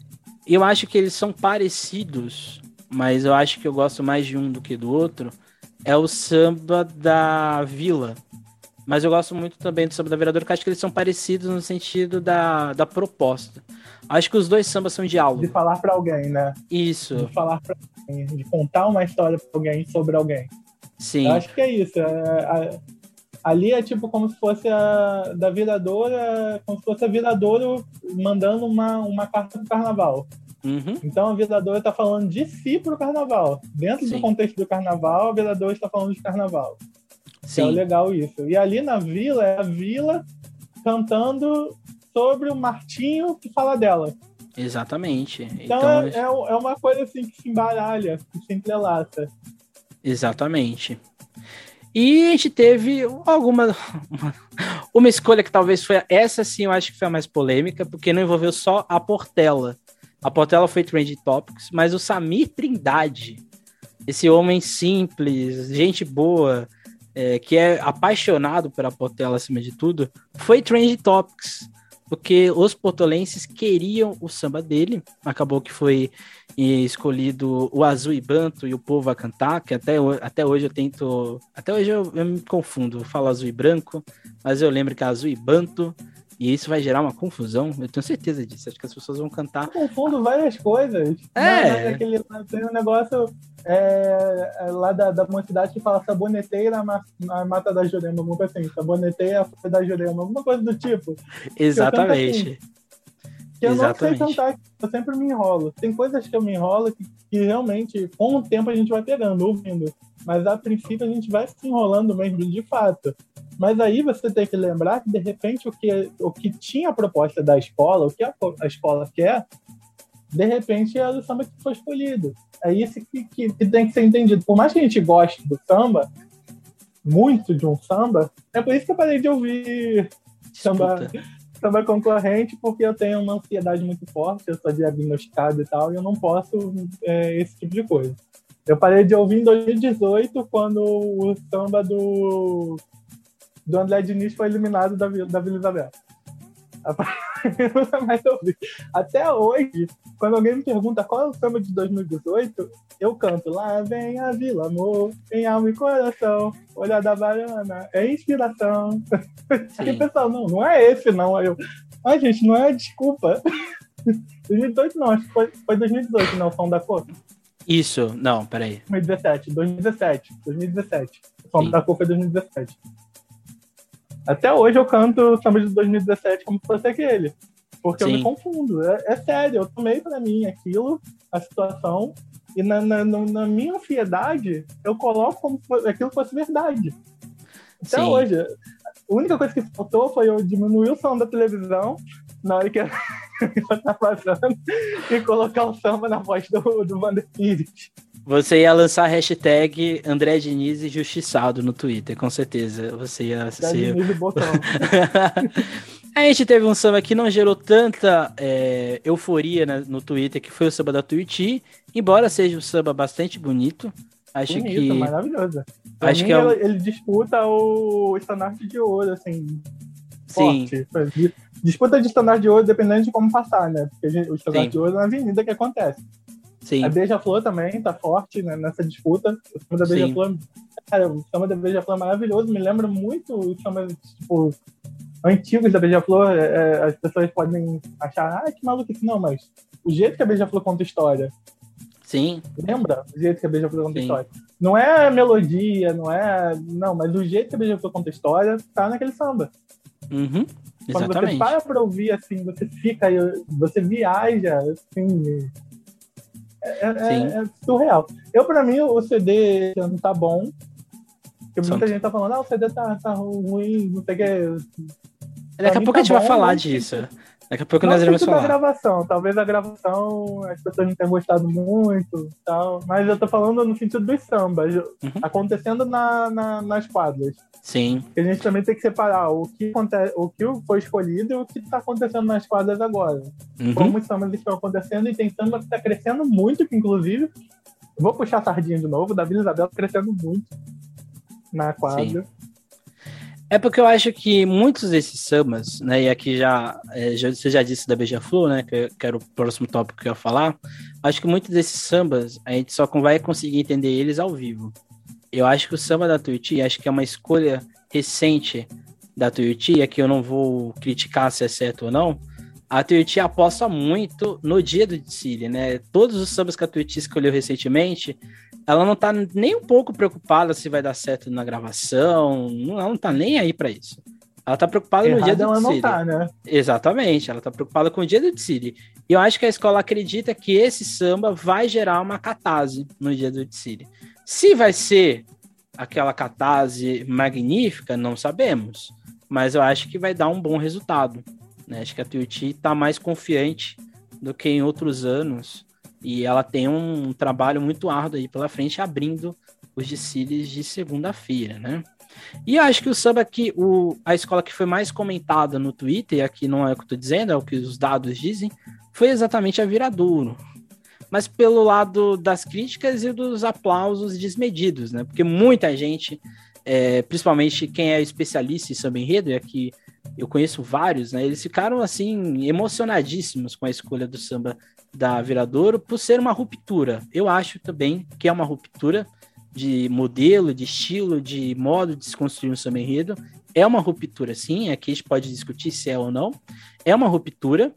eu acho que eles são parecidos, mas eu acho que eu gosto mais de um do que do outro, é o samba da Vila. Mas eu gosto muito também do samba da Vereadora, porque acho que eles são parecidos no sentido da, da proposta. Acho que os dois sambas são diálogo. De falar pra alguém, né? Isso. De falar pra alguém, de contar uma história pra alguém sobre alguém. Sim. Eu acho que é isso. É, a, ali é tipo como se fosse a da Vereadora, como se fosse a Vereadora mandando uma, uma carta pro carnaval. Uhum. Então a Vereadora tá falando de si pro carnaval. Dentro Sim. do contexto do carnaval, a Vereadora está falando de carnaval. Sim. É legal isso. E ali na vila, é a vila cantando sobre o Martinho que fala dela. Exatamente. Então, então é, é uma coisa assim que se embaralha, que se entrelaça. Exatamente. E a gente teve alguma uma, uma escolha que talvez foi essa sim, eu acho que foi a mais polêmica, porque não envolveu só a Portela. A Portela foi Trending Topics, mas o Samir Trindade, esse homem simples, gente boa, É, que é apaixonado pela Portela acima de tudo, foi Trending Topics, porque os portolenses queriam o samba dele, acabou que foi escolhido o Azul e Banto e o Povo a Cantar, que até, até hoje eu tento, até hoje eu, eu me confundo, eu falo Azul e Branco, mas eu lembro que é Azul e Banto, e isso vai gerar uma confusão, eu tenho certeza disso, acho que as pessoas vão cantar... Eu confundo várias coisas. É. Aquele, tem um negócio é, lá da, da mocidade que fala saboneteira na mata da Jurema, alguma coisa assim, saboneteira a folha da Jurema, alguma coisa do tipo. Exatamente. Que eu, assim, que eu Exatamente. não sei cantar, eu sempre me enrolo. Tem coisas que eu me enrolo que, que realmente, com o tempo a gente vai pegando, ouvindo. Mas a princípio a gente vai se enrolando mesmo, de fato. Mas aí você tem que lembrar que, de repente, o que, o que tinha a proposta da escola, o que a, a escola quer, de repente é o samba que foi escolhido. É isso que, que, que tem que ser entendido. Por mais que a gente goste do samba, muito de um samba, é por isso que eu parei de ouvir samba, samba concorrente, porque eu tenho uma ansiedade muito forte, eu sou diagnosticado e tal, e eu não posso é, esse tipo de coisa. Eu parei de ouvir em dois mil e dezoito, quando o samba do, do André Diniz foi eliminado da, da Vila Isabel. Eu nunca mais ouvi. Até hoje, quando alguém me pergunta qual é o samba de dois mil e dezoito, eu canto Lá vem a Vila Amor, em alma e coração, olhar da baiana, é inspiração. Aí o pessoal, não, não é esse não. Aí eu, ai gente, não é desculpa. dois mil e dezoito não, acho que foi, foi dois mil e dezoito, não, o Som da Cor. Isso, não, peraí. dois mil e dezessete, dois mil e dezessete, dois mil e dezessete. O Som da Cor foi dois mil e dezessete. Até hoje eu canto o samba de dois mil e dezessete como se fosse aquele. Porque Sim. eu me confundo. É, é sério, eu tomei pra mim aquilo, a situação, e na, na, na minha ansiedade, eu coloco como se aquilo fosse verdade. Até Sim. hoje. A única coisa que faltou foi eu diminuir o som da televisão na hora que eu tá passando e colocar o samba na voz do, do Vander Pires. Você ia lançar a hashtag André Diniz e Justiçado no Twitter, com certeza. Você ia ser... A gente teve um samba que não gerou tanta é, euforia, né, no Twitter, que foi o samba da Tuiuti, embora seja um samba bastante bonito. Acho bonito, que... maravilhoso. Pra Acho mim, que é um... ele, ele disputa o estandarte de ouro, assim, Sim. forte. Disputa de estandarte de ouro dependendo de como passar, né? Porque o estandarte Sim. de ouro é na avenida que acontece. Sim. A Beija-Flor também tá forte, né, nessa disputa. O samba da Beija-Flor, cara, o samba da Beija-Flor é maravilhoso, me lembra muito os sambas, tipo, antigos da Beija-Flor. É, as pessoas podem achar, ah, que maluquice, não, mas o jeito que a Beija-Flor conta história. Sim. Lembra? O jeito que a Beija-Flor conta Sim. história. Não é melodia, não é... Não, mas o jeito que a Beija-Flor conta história tá naquele samba. Uhum. Quando Exatamente. você para pra ouvir, assim, você fica, você viaja, assim... É, é, é surreal. Eu, pra mim, o C D esse ano tá bom. Porque muita Santo. gente tá falando, ah, o C D tá, tá ruim, não sei o que. Daqui a pouco tá a gente bom, vai falar disso. Fica... Daqui a pouco não nós iremos falar. Da gravação. Talvez a gravação as pessoas não tenham gostado muito, tal. Mas eu tô falando no sentido dos sambas, uhum. acontecendo na, na, nas quadras. Sim. A gente também tem que separar o que, acontece, o que foi escolhido e o que está acontecendo nas quadras agora. Uhum. Como os sambas estão acontecendo, e tem samba que está crescendo muito, que inclusive, vou puxar a sardinha de novo, da Vila Isabel crescendo muito na quadra. Sim. É porque eu acho que muitos desses sambas, né, e aqui já, é, já você já disse da Beija-Flor, né, que, que era o próximo tópico que eu ia falar, acho que muitos desses sambas a gente só vai conseguir entender eles ao vivo. Eu acho que o samba da Tuiuti, acho que é uma escolha recente da Tuiuti, aqui eu não vou criticar se é certo ou não. A Tuiuti aposta muito no dia do desfile, né? Todos os sambas que a Tuiuti escolheu recentemente, ela não tá nem um pouco preocupada se vai dar certo na gravação, ela não tá nem aí para isso. Ela tá preocupada Errado no dia do ela desfile. Não tá, né? Exatamente, ela tá preocupada com o dia do desfile. E eu acho que a escola acredita que esse samba vai gerar uma catarse no dia do desfile. Se vai ser aquela catarse magnífica, não sabemos. Mas eu acho que vai dar um bom resultado, né? Acho que a Tuiuti está mais confiante do que em outros anos. E ela tem um trabalho muito árduo aí pela frente, abrindo os desfiles de segunda-feira, né? E eu acho que o samba que o, a escola que foi mais comentada no Twitter, e aqui não é o que eu estou dizendo, é o que os dados dizem, foi exatamente a Viradouro. Mas pelo lado das críticas e dos aplausos desmedidos, né? Porque muita gente, é, principalmente quem é especialista em samba enredo, e aqui eu conheço vários, né? Eles ficaram, assim, emocionadíssimos com a escolha do samba da Viradouro por ser uma ruptura. Eu acho também que é uma ruptura de modelo, de estilo, de modo de se construir um samba enredo. É uma ruptura, sim. Aqui a gente pode discutir se é ou não. É uma ruptura.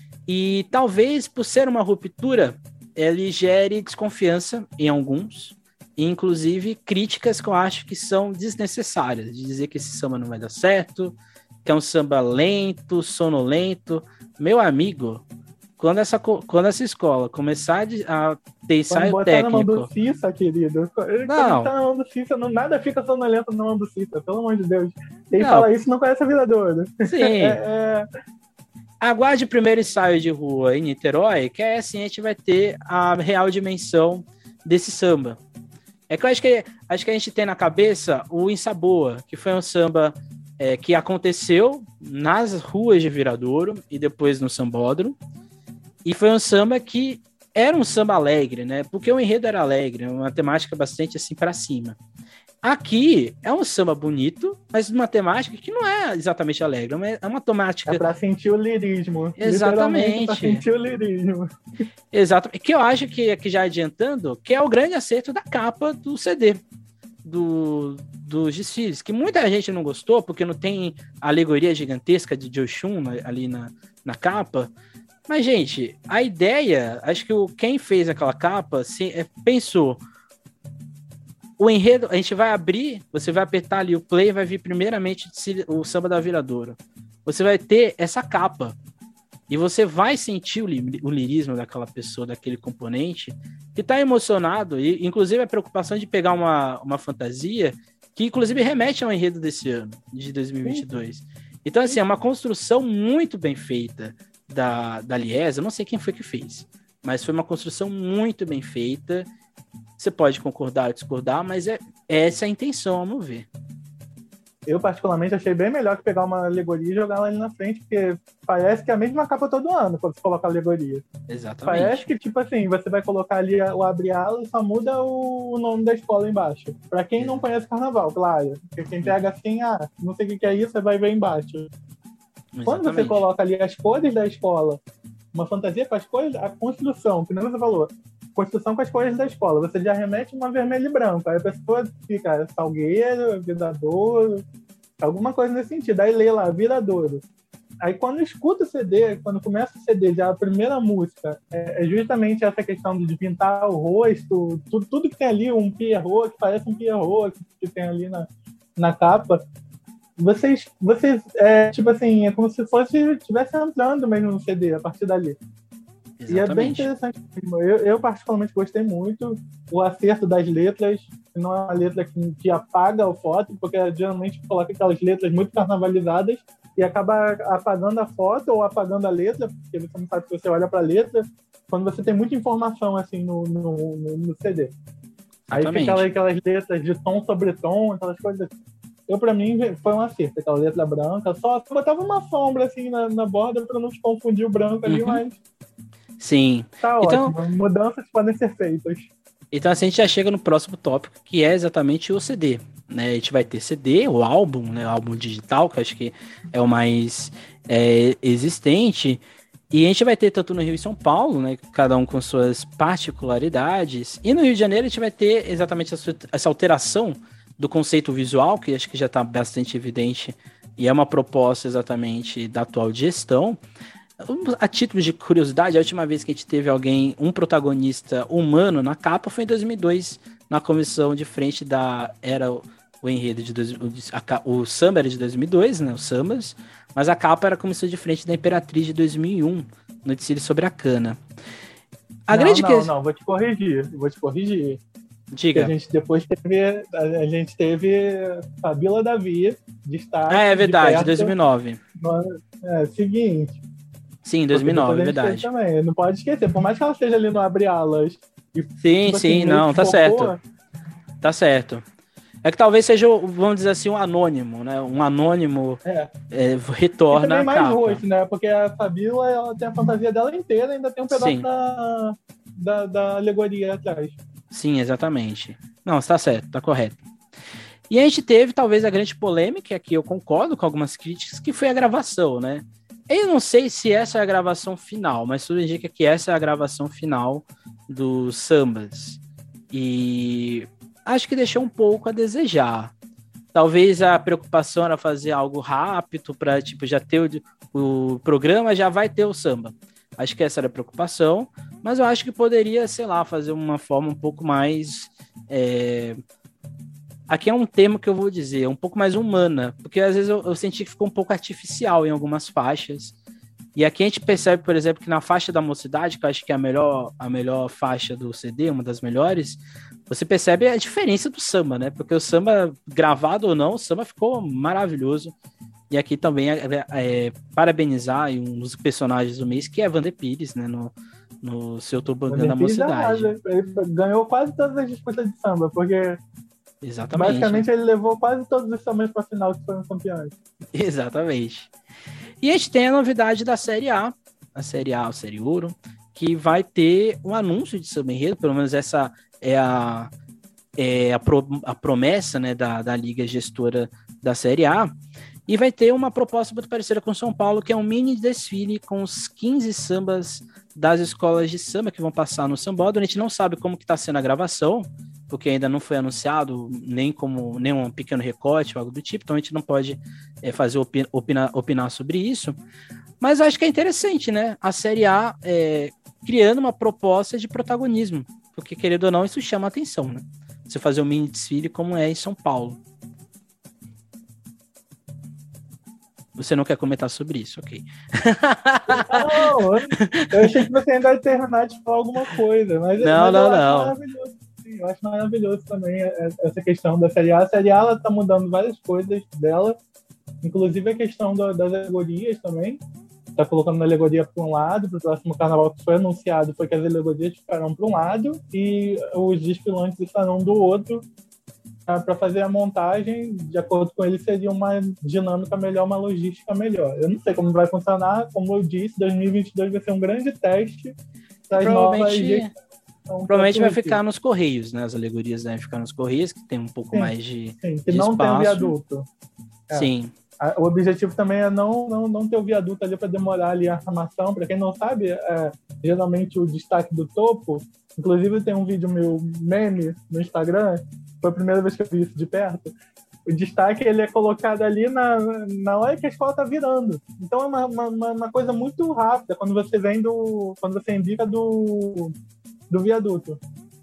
E talvez, por ser uma ruptura, ele gere desconfiança em alguns, e inclusive críticas que eu acho que são desnecessárias, de dizer que esse samba não vai dar certo, que é um samba lento, sonolento. Meu amigo, quando essa, quando essa escola começar a ter ensaio técnico... Quando botar na mão do Cissa, querido, não. Quando tá na mão do Cissa, não, nada fica sonolento na mão do Cissa, pelo amor de Deus. Quem Não. fala isso não conhece a Viradouro. Sim. É, é... Aguarde o primeiro ensaio de rua em Niterói, que aí assim a gente vai ter a real dimensão desse samba. É que eu acho que, acho que a gente tem na cabeça o Insaboa, que foi um samba é, que aconteceu nas ruas de Viradouro e depois no Sambódromo. E foi um samba que era um samba alegre, né? Porque o enredo era alegre, uma temática bastante assim para cima. Aqui é um samba bonito, mas uma temática que não é exatamente alegre, é uma temática... É pra sentir o lirismo. Exatamente. Pra sentir o lirismo. Exato. Que eu acho que, aqui já adiantando, que é o grande acerto da capa do C D, do, dos desfiles, que muita gente não gostou, porque não tem a alegoria gigantesca de Oxum ali na, na capa. Mas, gente, a ideia, acho que o, quem fez aquela capa se, é, pensou... O enredo, a gente vai abrir, você vai apertar ali o play, vai vir primeiramente o samba da Viradouro. Você vai ter essa capa. E você vai sentir o, li, o lirismo daquela pessoa, daquele componente, que está emocionado. E, inclusive, a preocupação de pegar uma, uma fantasia que, inclusive, remete ao enredo desse ano, de dois mil e vinte e dois. Então, assim, é uma construção muito bem feita da, da Liesa. Eu não sei quem foi que fez, mas foi uma construção muito bem feita. Você pode concordar ou discordar, mas é essa é a intenção, a meu ver. Eu, particularmente, achei bem melhor que pegar uma alegoria e jogar ela ali na frente, porque parece que é a mesma capa todo ano, quando você coloca a alegoria. Exatamente. Parece que, tipo assim, você vai colocar ali o abre-ala e só muda o nome da escola embaixo. Pra quem não conhece carnaval, claro. Porque quem pega assim, ah, não sei o que é isso, você vai ver embaixo. Exatamente. Quando você coloca ali as cores da escola, uma fantasia com as cores, a construção, que nem você falou, construção com as cores da escola, você já remete uma vermelho e branco, aí a pessoa fica Salgueiro, Viradouro, alguma coisa nesse sentido, aí lê lá, Viradouro. Aí quando escuta o C D, quando começa o C D, já a primeira música, é, é justamente essa questão de pintar o rosto, tudo, tudo que tem ali, um Pierrot, que parece um Pierrot, que, que tem ali na, na capa, vocês, vocês é, tipo assim, é como se fosse, estivesse entrando mesmo no C D, a partir dali. Exatamente. E é bem interessante mesmo. Eu, eu particularmente gostei muito o acerto das letras, não é uma letra que, que apaga o foto, porque geralmente coloca aquelas letras muito carnavalizadas e acaba apagando a foto ou apagando a letra, porque você não sabe se você olha para a letra, quando você tem muita informação assim no, no, no, no C D. Aí Exatamente. fica aquelas, aquelas letras de tom sobre tom, aquelas coisas. Eu, pra mim, foi um acerto, aquela letra branca. Só botava uma sombra assim na, na borda para não se confundir o branco ali, uhum. Mas sim. Tá então, ótimo. Mudanças podem ser feitas. Então assim, a gente já chega no próximo tópico, que é exatamente o C D. Né? A gente vai ter C D, o álbum, né? O álbum digital, que acho que é o mais é, existente. E a gente vai ter tanto no Rio e São Paulo, né? Cada um com suas particularidades. E no Rio de Janeiro a gente vai ter exatamente essa, essa alteração do conceito visual, que acho que já está bastante evidente. E é uma proposta exatamente da atual gestão. A título de curiosidade, a última vez que a gente teve alguém, um protagonista humano na capa foi em dois mil e dois, na comissão de frente da... Era o, o enredo de... Dois, o, a, o samba era de dois mil e dois, né? Os sambas. Mas a capa era a comissão de frente da Imperatriz de dois mil e um, no desfile sobre a cana. A não, grande não, que... não, vou te corrigir. Vou te corrigir. Diga. Porque a gente depois teve... A gente teve Fabíola Davi, de estar... Ah, é verdade, de dois mil e nove. É, seguinte... Sim, dois mil e nove, é verdade. Também. Não pode esquecer, por mais que ela esteja ali no abre-alas. Sim, tipo sim, assim, não, tá certo. Tá certo. É que talvez seja, vamos dizer assim, um anônimo, né? Um anônimo é. É, retorna. E também a mais capa. rosto, né? Porque a Fabíola, ela tem a fantasia dela inteira, ainda tem um pedaço da, da, da alegoria atrás. Sim, exatamente. Não, está certo, tá correto. E a gente teve, talvez, a grande polêmica, aqui eu concordo com algumas críticas, que foi a gravação, né? Eu não sei se essa é a gravação final, mas tudo indica que essa é a gravação final dos sambas. E acho que deixou um pouco a desejar. Talvez a preocupação era fazer algo rápido para tipo, já ter o, o programa, já vai ter o samba. Acho que essa era a preocupação, mas eu acho que poderia, sei lá, fazer uma forma um pouco mais... É... Aqui é um tema que eu vou dizer, um pouco mais humana, porque às vezes eu, eu senti que ficou um pouco artificial em algumas faixas. E aqui a gente percebe, por exemplo, que na faixa da mocidade, que eu acho que é a melhor, a melhor faixa do C D, uma das melhores, você percebe a diferença do samba, né? Porque o samba, gravado ou não, o samba ficou maravilhoso. E aqui também é, é, é, parabenizar um dos personagens do mês, que é Vander Pires, né? No, no seu Tobogã da Mocidade. Ele ganhou quase todas as disputas de samba, porque exatamente. Basicamente ele levou quase todos os sambas para a final que foram campeões. Exatamente. E a gente tem a novidade da Série A, a Série A, a Série Ouro, que vai ter um anúncio de samba enredo, pelo menos essa é a, é a, pro, a promessa, né, da, da Liga Gestora da Série A, e vai ter uma proposta muito parecida com São Paulo, que é um mini desfile com os quinze sambas das escolas de samba que vão passar no Sambódromo. A gente não sabe como que está sendo a gravação, porque ainda não foi anunciado nem como nem um pequeno recorte ou algo do tipo, então a gente não pode é, fazer opina, opinar, opinar sobre isso. Mas acho que é interessante, né? A Série A é, criando uma proposta de protagonismo, porque, querendo ou não, isso chama a atenção, né? Você fazer um mini desfile como é em São Paulo. Você não quer comentar sobre isso, ok. Não, eu achei que você ainda ia terminar de falar alguma coisa, mas, não, mas não, eu não. acho maravilhoso. Sim, eu acho maravilhoso também essa questão da Série A. A Série A ela tá mudando várias coisas dela, inclusive a questão do, das alegorias também. Está colocando a alegoria para um lado, para o próximo carnaval que foi anunciado foi que as alegorias ficarão para um lado e os desfilantes estarão do outro, para fazer a montagem, de acordo com ele, seria uma dinâmica melhor, uma logística melhor. Eu não sei como vai funcionar, como eu disse, dois mil e vinte e dois vai ser um grande teste das provavelmente, novas... Provavelmente vai ficar nos Correios, né? As alegorias devem ficar nos Correios, que tem um pouco sim, mais de sim, que de não espaço. tem o viaduto. É. Sim. O objetivo também é não, não, não ter o viaduto ali para demorar ali a armação. Para quem não sabe, é, geralmente o destaque do topo, inclusive tem um vídeo meu, meme, no Instagram, foi a primeira vez que eu vi isso de perto. O destaque ele é colocado ali na, na hora que a escola está virando. Então é uma, uma, uma coisa muito rápida quando você vem do. Quando você indica do, do viaduto.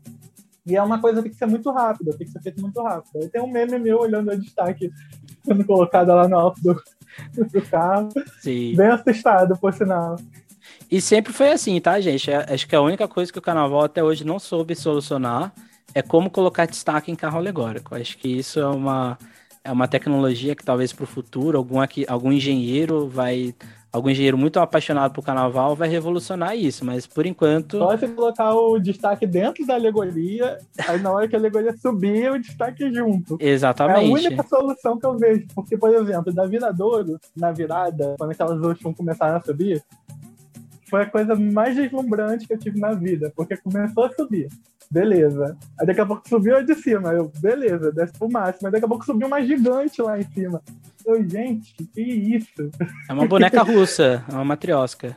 E é uma coisa que tem que ser muito rápida, tem que ser feito muito rápido. Aí tem um meme meu olhando o destaque sendo colocado lá no alto do, do carro. Sim. Bem assustado, por sinal. E sempre foi assim, tá, gente? Acho que a única coisa que o Carnaval até hoje não soube solucionar é como colocar destaque em carro alegórico. Acho que isso é uma, é uma tecnologia que talvez para o futuro algum, aqui, algum engenheiro vai... Algum engenheiro muito apaixonado por Carnaval vai revolucionar isso, mas por enquanto... Só você colocar o destaque dentro da alegoria, aí na hora que a alegoria subir, o destaque junto. Exatamente. É a única solução que eu vejo, porque, por exemplo, da Viradouro, na virada, quando aquelas Oxum começaram a subir, foi a coisa mais deslumbrante que eu tive na vida, porque começou a subir. Beleza. Aí daqui a pouco subiu a de cima. Eu, beleza, desce pro máximo. Aí daqui a pouco subiu uma gigante lá em cima. Eu, gente, que isso? É uma boneca russa, é uma matriosca.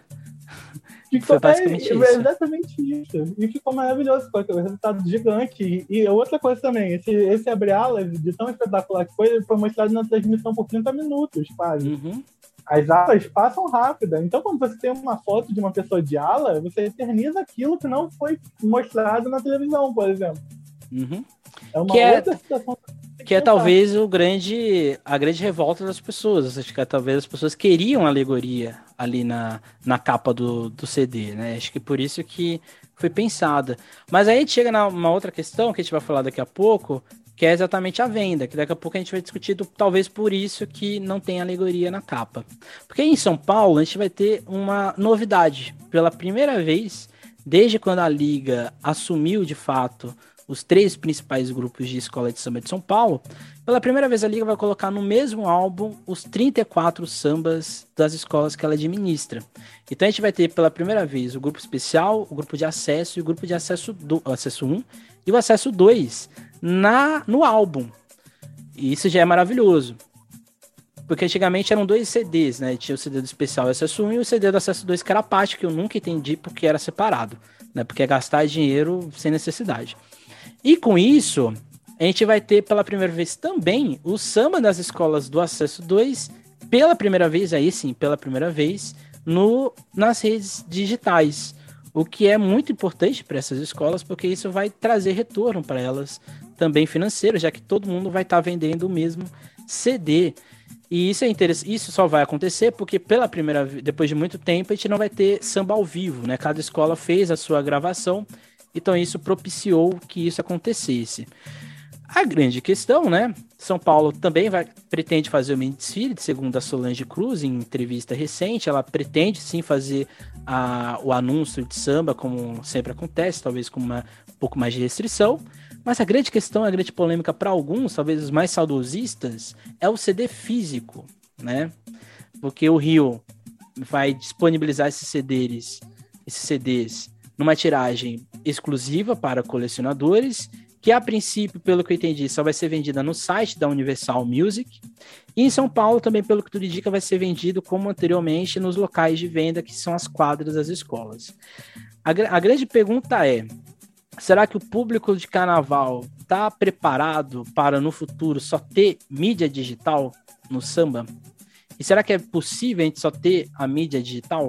Ficou, Foi basicamente é, isso. É exatamente isso. E ficou maravilhoso, foi um resultado gigante. E, e outra coisa também, esse, esse abre-alas, de tão espetacular que foi, foi mostrado na transmissão por trinta minutos, quase. Uhum. As alas passam rápida. Então, quando você tem uma foto de uma pessoa de ala, você eterniza aquilo que não foi mostrado na televisão, por exemplo. Uhum. É uma que é, outra situação. Que é talvez o grande, a grande revolta das pessoas. Acho que é, talvez as pessoas queriam alegoria ali na, na capa do, do C D, né? Acho que por isso que foi pensada. Mas aí a gente chega numa outra questão que a gente vai falar daqui a pouco, que é exatamente a venda, que daqui a pouco a gente vai discutir do, talvez por isso que não tem alegoria na capa. Porque em São Paulo a gente vai ter uma novidade. Pela primeira vez, desde quando a Liga assumiu de fato os três principais grupos de escola de samba de São Paulo, pela primeira vez a Liga vai colocar no mesmo álbum os trinta e quatro sambas das escolas que ela administra. Então a gente vai ter pela primeira vez o grupo especial, o grupo de acesso e o grupo de acesso, do, acesso um e o acesso dois na, no álbum. E isso já é maravilhoso. Porque antigamente eram dois C Ds, né? Tinha o C D do especial e acesso um e o C D do acesso dois, que era a parte que eu nunca entendi porque era separado, né? Porque é gastar dinheiro sem necessidade. E com isso, a gente vai ter pela primeira vez também o samba das escolas do acesso dois, pela primeira vez, aí sim, pela primeira vez, no, nas redes digitais. O que é muito importante para essas escolas, porque isso vai trazer retorno para elas também financeiro, já que todo mundo vai estar tá vendendo o mesmo C D. E isso é interessante, isso só vai acontecer porque pela primeira vez, depois de muito tempo, a gente não vai ter samba ao vivo, né? Cada escola fez a sua gravação Então isso propiciou que isso acontecesse. A grande questão, né? São Paulo também vai, pretende fazer o mini desfile, segundo a Solange Cruz, em entrevista recente. Ela pretende sim fazer a, o anúncio de samba, como sempre acontece, talvez com uma, um pouco mais de restrição. Mas a grande questão, a grande polêmica para alguns, talvez os mais saudosistas, é o C D físico, né? Porque o Rio vai disponibilizar esses C Ds, esses C Ds numa tiragem exclusiva para colecionadores, que a princípio, pelo que eu entendi, só vai ser vendida no site da Universal Music. E em São Paulo, também, pelo que tudo indica, vai ser vendido como anteriormente nos locais de venda, que são as quadras das escolas. A, a grande pergunta é, será que o público de carnaval está preparado para, no futuro, só ter mídia digital no samba? E será que é possível a gente só ter a mídia digital?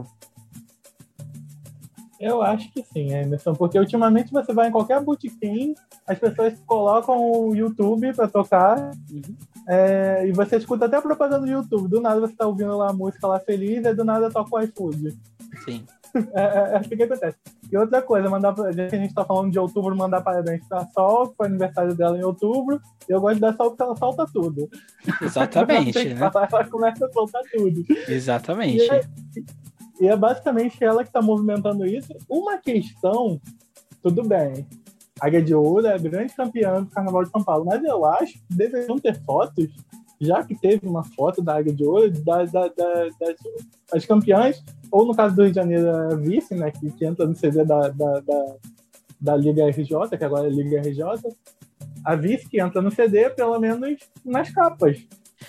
Eu acho que sim, Emerson, porque ultimamente você vai em qualquer botequim, as pessoas colocam o YouTube para tocar, uhum. é, e você escuta até a propaganda do YouTube. Do nada você tá ouvindo lá a música lá feliz, e do nada toca o iFood. Sim. É, é, é assim que acontece. E outra coisa, mandar pra, já que a gente tá falando de outubro, mandar parabéns pra Sol, que foi o aniversário dela em outubro. Eu gosto da Sol porque ela solta tudo. Exatamente, né? Falar, ela começa a soltar tudo. Exatamente. E é, e é basicamente ela que tá movimentando isso. Uma questão, tudo bem, a Águia de Ouro é a grande campeã do Carnaval de São Paulo, mas eu acho que deveriam ter fotos, já que teve uma foto da Águia de Ouro, das, das, das, das campeãs, ou no caso do Rio de Janeiro, a vice, né, que, que entra no C D da, da, da, da Liga R J, que agora é Liga R J, a vice que entra no C D, pelo menos nas capas.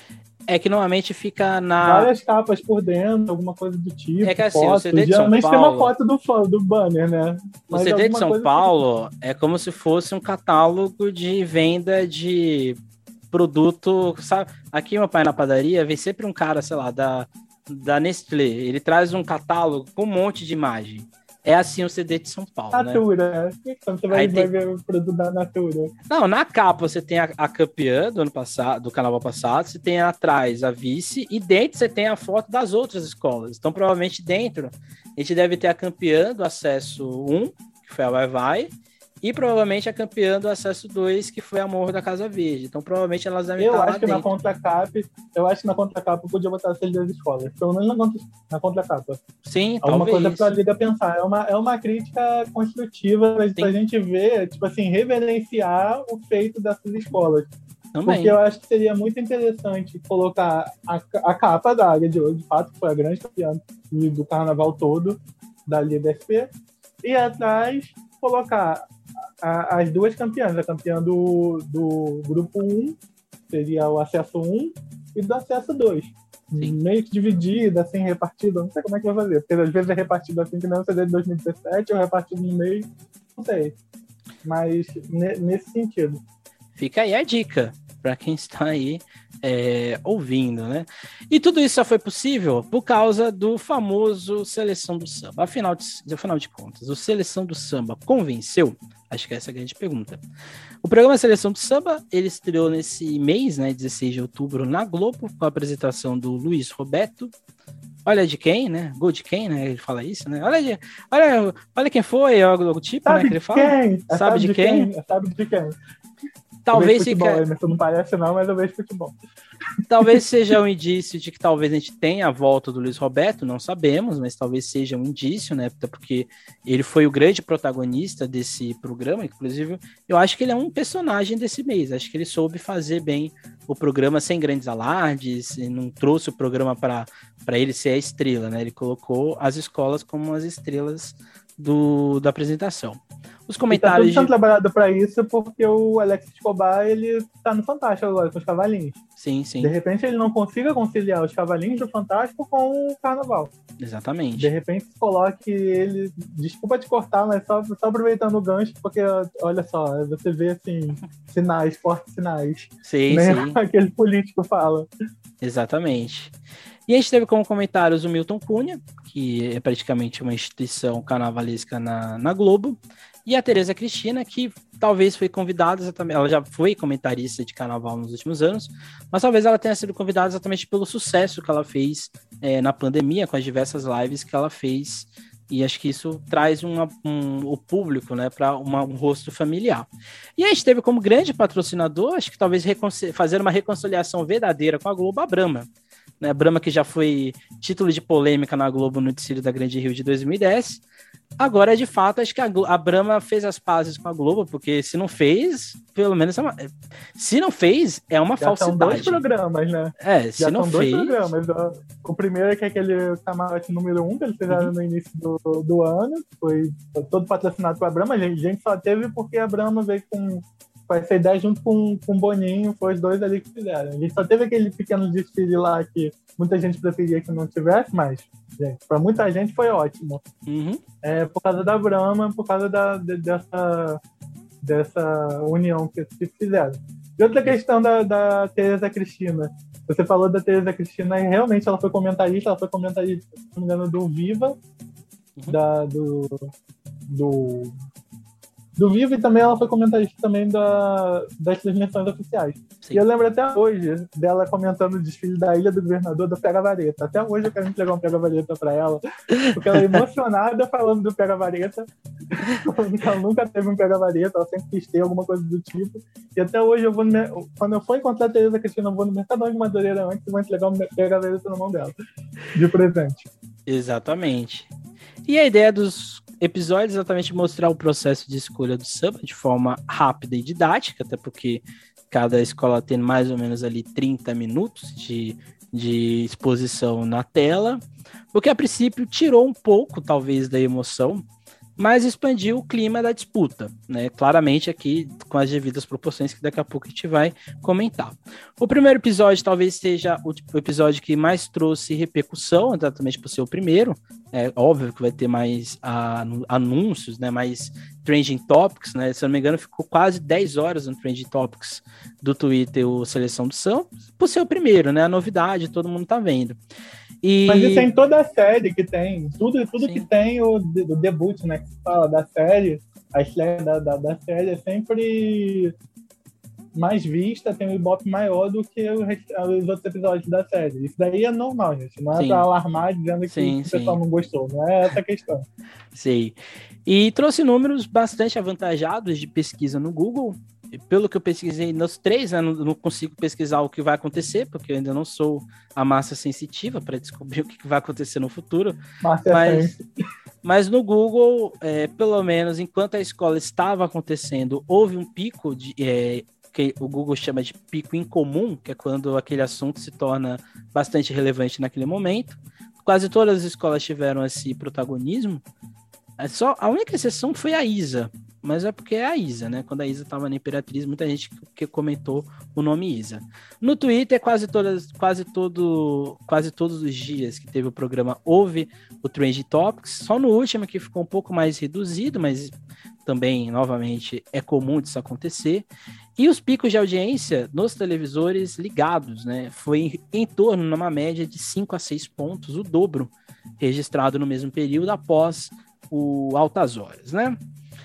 É que normalmente fica na... Várias capas por dentro, alguma coisa do tipo. É que assim, foto. o C D de Geralmente São Paulo... tem uma foto do, fã, do banner, né? Mas o C D de São Paulo que... é como se fosse um catálogo de venda de produto, sabe? Aqui, meu pai, na padaria, vem sempre um cara, sei lá, da, da Nestlé. Ele traz um catálogo com um monte de imagem. É assim o C D de São Paulo, Natura, né? Então você vai, tem... vai ver o produto da Natura. Não, na capa você tem a, a campeã do ano passado, do carnaval passado, você tem atrás a vice, e dentro você tem a foto das outras escolas. Então, provavelmente dentro, a gente deve ter a campeã do acesso um, que foi a Vai Vai, e provavelmente a campeã do acesso dois, que foi a Morro da Casa Verde. Então, provavelmente elas devem eu estar lá acho que dentro. Na contracapa, eu acho que na contracapa eu podia botar as das escolas. Pelo menos na, contra, na contracapa. Sim, Alguma talvez. coisa pra Liga pensar. É uma, é uma crítica construtiva pra, pra gente ver, tipo assim, reverenciar o feito dessas escolas. Também. Porque eu acho que seria muito interessante colocar a, a capa da Águia de Ouro, de fato, que foi a grande campeã do carnaval todo, da Liga S P, e atrás colocar a, as duas campeãs, a campeã do, do grupo um, seria o acesso um, e do acesso dois. Sim. Meio que dividida, assim, repartida, não sei como é que vai fazer, porque às vezes é repartido assim, que nem o C D de dois mil e dezessete, ou repartido no meio, não sei. Mas ne, nesse sentido. Fica aí a dica para quem está aí é, ouvindo, né? E tudo isso só foi possível por causa do famoso Seleção do Samba. Afinal de, afinal de contas, o Seleção do Samba convenceu? Acho que essa é a grande pergunta. O programa Seleção do Samba, ele estreou nesse mês, né, dezesseis de outubro, na Globo, com a apresentação do Luiz Roberto. Olha de quem, né? Gol de quem, né? Ele fala isso, né? Olha, de, olha, olha quem foi, é o logotipo, né? Que ele fala. Quem? Sabe, sabe de, de quem? quem? Sabe de quem? Talvez futebol, fica... Emerson, não parece não, mas eu vejo futebol. Talvez seja um indício de que talvez a gente tenha a volta do Luiz Roberto, não sabemos, mas talvez seja um indício, né? Porque ele foi o grande protagonista desse programa, inclusive eu acho que ele é um personagem desse mês, acho que ele soube fazer bem o programa sem grandes alardes, não trouxe o programa para ele ser a estrela, né? Ele colocou as escolas como as estrelas do, da apresentação. Os comentários. E tá tudo de... trabalhado para isso porque o Alex Escobar, ele tá no Fantástico agora, com os cavalinhos. Sim, sim. De repente ele não consiga conciliar os cavalinhos do Fantástico com o Carnaval. Exatamente. De repente coloque ele... Desculpa te cortar, mas só, só aproveitando o gancho, porque, olha só, você vê, assim, sinais, fortes sinais. Sim, nem sim. Aquele político fala. Exatamente. E a gente teve como comentários o Milton Cunha, que é praticamente uma instituição carnavalesca na, na Globo, e a Tereza Cristina, que talvez foi convidada exatamente, ela já foi comentarista de carnaval nos últimos anos, mas talvez ela tenha sido convidada exatamente pelo sucesso que ela fez é, na pandemia, com as diversas lives que ela fez E acho que isso traz uma, um, o público, né, para um rosto familiar. E a gente teve como grande patrocinador, acho que talvez fazer uma reconciliação verdadeira com a Globo, a Brahma. Né, Brahma, que já foi título de polêmica na Globo no Desfile da Grande Rio de dois mil e dez. Agora, de fato, acho que a, a Brahma fez as pazes com a Globo, porque se não fez, pelo menos é uma... Se não fez, é uma Já falsidade. São dois programas, né? É, se Já não são fez... dois programas. O primeiro é que é aquele camarote número um, que eles fizeram uhum. no início do, do ano, foi todo patrocinado pela Brahma. A gente, a gente só teve porque a Brahma veio com... com essa ideia junto com, com o Boninho, foi os dois ali que fizeram. A gente só teve aquele pequeno desfile lá que muita gente preferia que não tivesse, mas, gente, para muita gente foi ótimo. Uhum. É, por causa da Brahma, por causa da, de, dessa, dessa união que se fizeram. E outra questão da, da Tereza Cristina. Você falou da Tereza Cristina e realmente ela foi comentarista, ela foi comentarista, se não me engano, do Viva, uhum. da, do... do Do Vivo, e também ela foi comentarista também da, das transmissões oficiais. Sim. E eu lembro até hoje dela comentando o desfile da Ilha do Governador do Pega Vareta. Até hoje eu quero entregar um Pega Vareta pra ela, porque ela é emocionada falando do Pega Vareta, falando que ela nunca teve um Pega Vareta, ela sempre quis ter alguma coisa do tipo. E até hoje, eu vou no, quando eu for encontrar a Tereza Cristina, eu vou no Mercadão de Madureira antes e vou entregar um Pega Vareta na mão dela, de presente. Exatamente. E a ideia dos episódios é exatamente mostrar o processo de escolha do samba de forma rápida e didática, até porque cada escola tem mais ou menos ali trinta minutos de, de exposição na tela, o que a princípio tirou um pouco, talvez, da emoção, mas expandiu o clima da disputa, né? Claramente aqui com as devidas proporções que daqui a pouco a gente vai comentar. O primeiro episódio talvez seja o episódio que mais trouxe repercussão, exatamente por ser o primeiro. É óbvio que vai ter mais anúncios, né? Mais trending topics, né? Se eu não me engano, ficou quase dez horas no trending topics do Twitter, o Seleção do Samba, por ser o primeiro, né? A novidade, todo mundo tá vendo. E... Mas isso é em toda a série que tem, tudo, tudo que tem o, o debut, né, que se fala da série, a estreia da, da, da série é sempre mais vista, tem um ibope maior do que os, os outros episódios da série. Isso daí é normal, gente, não é sim. pra alarmar dizendo que sim, o pessoal sim. não gostou, não é essa a questão. Sim, e trouxe números bastante avantajados de pesquisa no Google. Pelo que eu pesquisei nos três, né, não, não consigo pesquisar o que vai acontecer, porque eu ainda não sou a massa sensitiva para descobrir o que vai acontecer no futuro. Massa mas, mas no Google, é, pelo menos enquanto a escola estava acontecendo, houve um pico de, é, que o Google chama de pico incomum, que é quando aquele assunto se torna bastante relevante naquele momento. Quase todas as escolas tiveram esse protagonismo. É só, a única exceção foi a Isa, mas é porque é a Isa, né? Quando a Isa estava na Imperatriz, muita gente que comentou o nome Isa. No Twitter, quase todas, quase todo, quase todos os dias que teve o programa houve o Trend Topics. Só no último que ficou um pouco mais reduzido, mas também, novamente, é comum disso acontecer. E os picos de audiência nos televisores ligados, né? Foi em, em torno, numa média de cinco a seis pontos, o dobro registrado no mesmo período após o Altas Horas, né?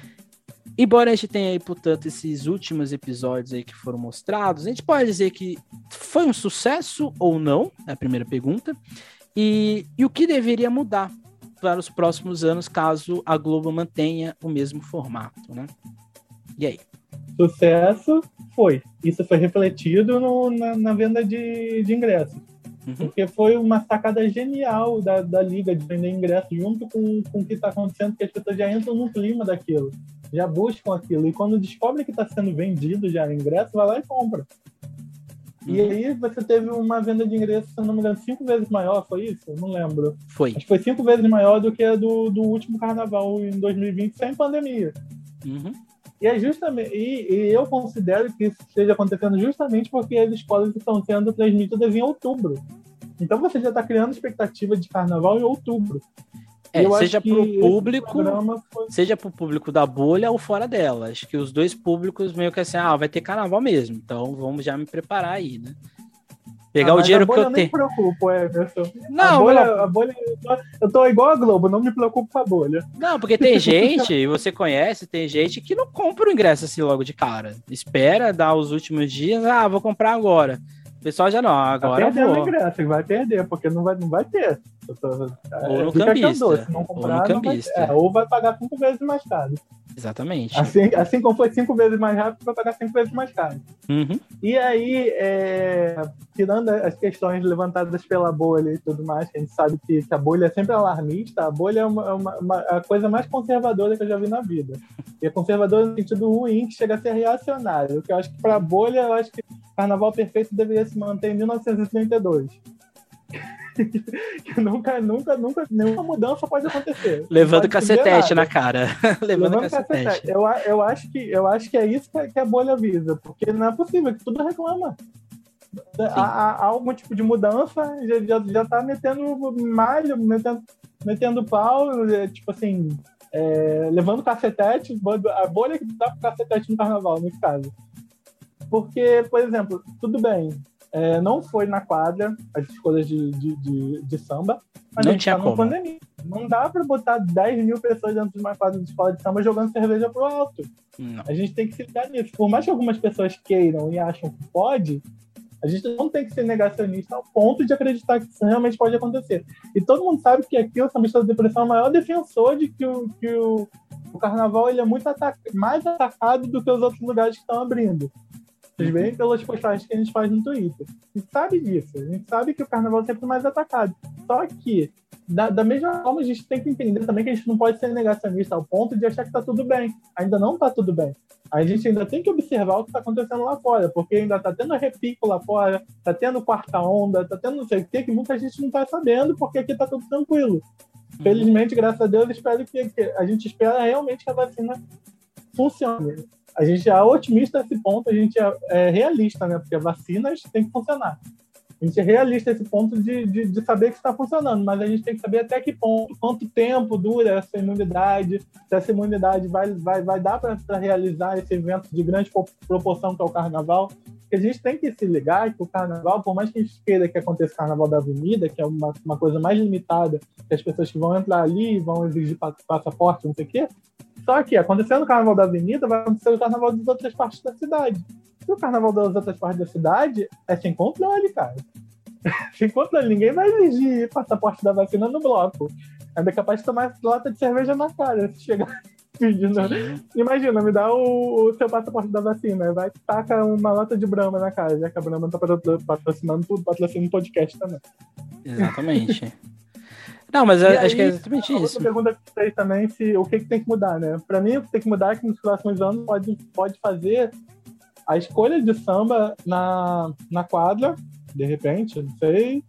Embora a gente tenha aí, portanto, esses últimos episódios aí que foram mostrados, a gente pode dizer que foi um sucesso ou não, é a primeira pergunta, e, e o que deveria mudar para os próximos anos caso a Globo mantenha o mesmo formato, né? E aí? Sucesso foi. Isso foi refletido no, na, na venda de, de ingressos. Uhum. Porque foi uma sacada genial da, da Liga de vender ingressos junto com, com o que está acontecendo, que as pessoas já entram no clima daquilo, já buscam aquilo, e quando descobre que está sendo vendido já ingresso, vai lá e compra. Uhum. E aí você teve uma venda de ingressos, se não me engano, cinco vezes maior, foi isso? Eu não lembro. Foi. Acho que foi cinco vezes maior do que a do, do último carnaval em dois mil e vinte, sem pandemia. Uhum. E, é justamente, e, e eu considero que isso esteja acontecendo justamente porque as escolas estão sendo transmitidas em outubro. Então você já está criando expectativa de carnaval em outubro. É, seja para o público, foi... seja para o público da bolha ou fora dela. Acho que os dois públicos meio que assim, ah, vai ter carnaval mesmo. Então vamos já me preparar aí, né? Pegar ah, o dinheiro que eu tenho. Eu nem me preocupo, Emerson. Não, a bolha, não. A bolha, eu tô igual a Globo, não me preocupo com a bolha. Não, porque tem gente, você conhece, tem gente que não compra o ingresso assim logo de cara. Espera dar os últimos dias, ah, vou comprar agora. O pessoal já não, agora tá perdendo vou. ingresso, vai perder, porque não vai, não vai ter. Tô, Ou no fica cambista. andou, se não comprar, ou no não vai, cambista. é, ou vai pagar cinco vezes mais caro. Exatamente. Assim, assim como foi cinco vezes mais rápido, vai pagar cinco vezes mais caro. Uhum. E aí, é, tirando as questões levantadas pela bolha e tudo mais, que a gente sabe que, que a bolha é sempre alarmista, a bolha é uma, uma, uma, a coisa mais conservadora que eu já vi na vida. E é conservadora no sentido ruim, que chega a ser reacionário. O que eu acho que para a bolha, eu acho que o Carnaval Perfeito deveria se manter em mil novecentos e trinta e dois. Que nunca, nunca, nunca, nenhuma mudança pode acontecer. Levando cacetete na cara. Levando, Levando cacetete. cacetete. Eu, eu, acho que, eu acho que é isso que a bolha visa, porque não é possível que tudo reclama. Há, há algum tipo de mudança, já, já, já tá metendo malho, metendo, metendo pau, tipo assim, é, levando cacetete, a bolha que dá pro cacetete no carnaval, nesse caso. Porque, por exemplo, tudo bem, é, não foi na quadra as escolhas de, de, de, de samba, mas não a gente tinha tá como. numa pandemia. Não dá pra botar dez mil pessoas dentro de uma quadra de escola de samba jogando cerveja pro alto. Não. A gente tem que se ligar nisso. Por mais que algumas pessoas queiram e acham que pode, a gente não tem que ser negacionista ao ponto de acreditar que isso realmente pode acontecer. E todo mundo sabe que aqui o sambista da depressão é o maior defensor de que o, que o, o carnaval ele é muito ataca, mais atacado do que os outros lugares que estão abrindo. Vocês veem pelas postagens que a gente faz no Twitter. A gente sabe disso. A gente sabe que o carnaval é sempre mais atacado. Só que, da, da mesma forma, a gente tem que entender também que a gente não pode ser negacionista ao ponto de achar que está tudo bem. Ainda não está tudo bem. A gente ainda tem que observar o que está acontecendo lá fora, porque ainda está tendo repico lá fora, está tendo quarta onda, está tendo não sei o que, que muita gente não está sabendo, porque aqui está tudo tranquilo. Felizmente, graças a Deus, espero que, que a gente espera realmente que a vacina funcione. A gente é otimista nesse ponto, a gente é, é realista, né? Porque vacinas têm que funcionar. A gente é realista nesse ponto de, de, de saber que está funcionando, mas a gente tem que saber até que ponto, quanto tempo dura essa imunidade, se essa imunidade vai, vai, vai dar para realizar esse evento de grande proporção que é o carnaval. Porque a gente tem que se ligar que o carnaval, por mais que a gente queira que aconteça o carnaval da avenida, que é uma, uma coisa mais limitada, que as pessoas que vão entrar ali vão exigir passaporte, não sei o quê, só que, acontecendo o carnaval da avenida, vai acontecer o carnaval das outras partes da cidade. E o carnaval das outras partes da cidade é sem controle, cara. Sem controle. Ninguém vai exigir passaporte da vacina no bloco. Ainda é capaz de tomar lata de cerveja na cara se chegar pedindo. Imagina, me dá o, o seu passaporte da vacina. Vai tacar uma lata de Brahma na cara, já que a Brahma tá patrocinando tudo, patrocinando podcast também. Exatamente. Não, mas e acho aí, que é exatamente isso. Outra pergunta que fez também se o que, que tem que mudar, né? Para mim, o que tem que mudar é que nos próximos anos pode, pode fazer a escolha de samba na, na quadra, de repente, não sei,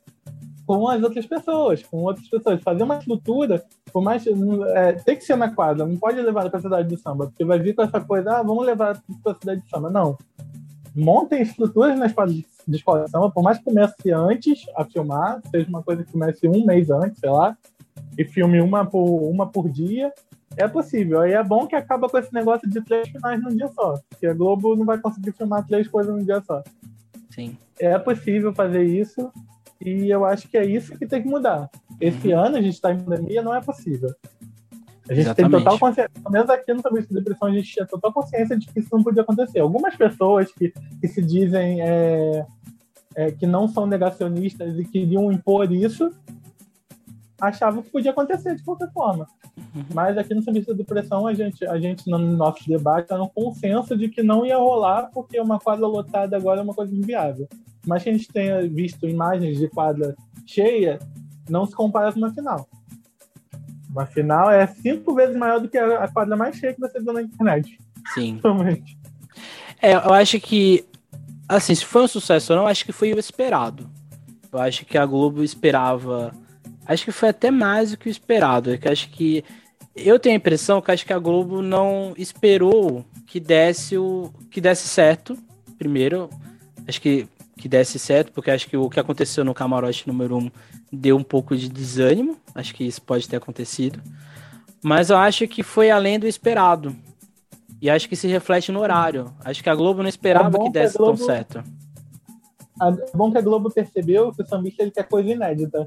com as outras pessoas, com outras pessoas. Fazer uma estrutura, por mais é, tem que ser na quadra, não pode levar para a cidade de samba, porque vai vir com essa coisa, ah, vamos levar para a cidade de samba. Não. Montem estruturas nas quadras de escola de samba, por mais que comece antes a filmar, seja uma coisa que comece um mês antes, sei lá, e filme uma por, uma por dia, é possível. Aí é bom que acaba com esse negócio de três finais num dia só, porque a Globo não vai conseguir filmar três coisas num dia só. Sim. É possível fazer isso, e eu acho que é isso que tem que mudar. Esse uhum. ano, a gente está em pandemia, não é possível. A gente Exatamente. tem total consciência, pelo menos aqui no Sambista de Depressão, a gente tinha total consciência de que isso não podia acontecer. Algumas pessoas que, que se dizem é, é, que não são negacionistas e queriam impor isso, achavam que podia acontecer de qualquer forma. Uhum. Mas aqui no Sambista de Depressão, a gente, a gente no nosso debate, está no consenso de que não ia rolar, porque uma quadra lotada agora é uma coisa inviável. Mas que a gente tenha visto imagens de quadra cheia, não se compara com uma final. Uma final é cinco vezes maior do que a quadra mais cheia que você viu na internet. Sim. Realmente. É, eu acho que, assim, se foi um sucesso ou não, acho que foi o esperado. Eu acho que a Globo esperava, acho que foi até mais do que o esperado. Eu acho que, eu tenho a impressão que acho que a Globo não esperou que desse, o, que desse certo, primeiro, acho que, que desse certo, porque acho que o que aconteceu no camarote número um deu um pouco de desânimo, acho que isso pode ter acontecido, mas eu acho que foi além do esperado, e acho que se reflete no horário, acho que a Globo não esperava é que desse que Globo, tão certo. É bom que a Globo percebeu que o sambista ele quer coisa inédita.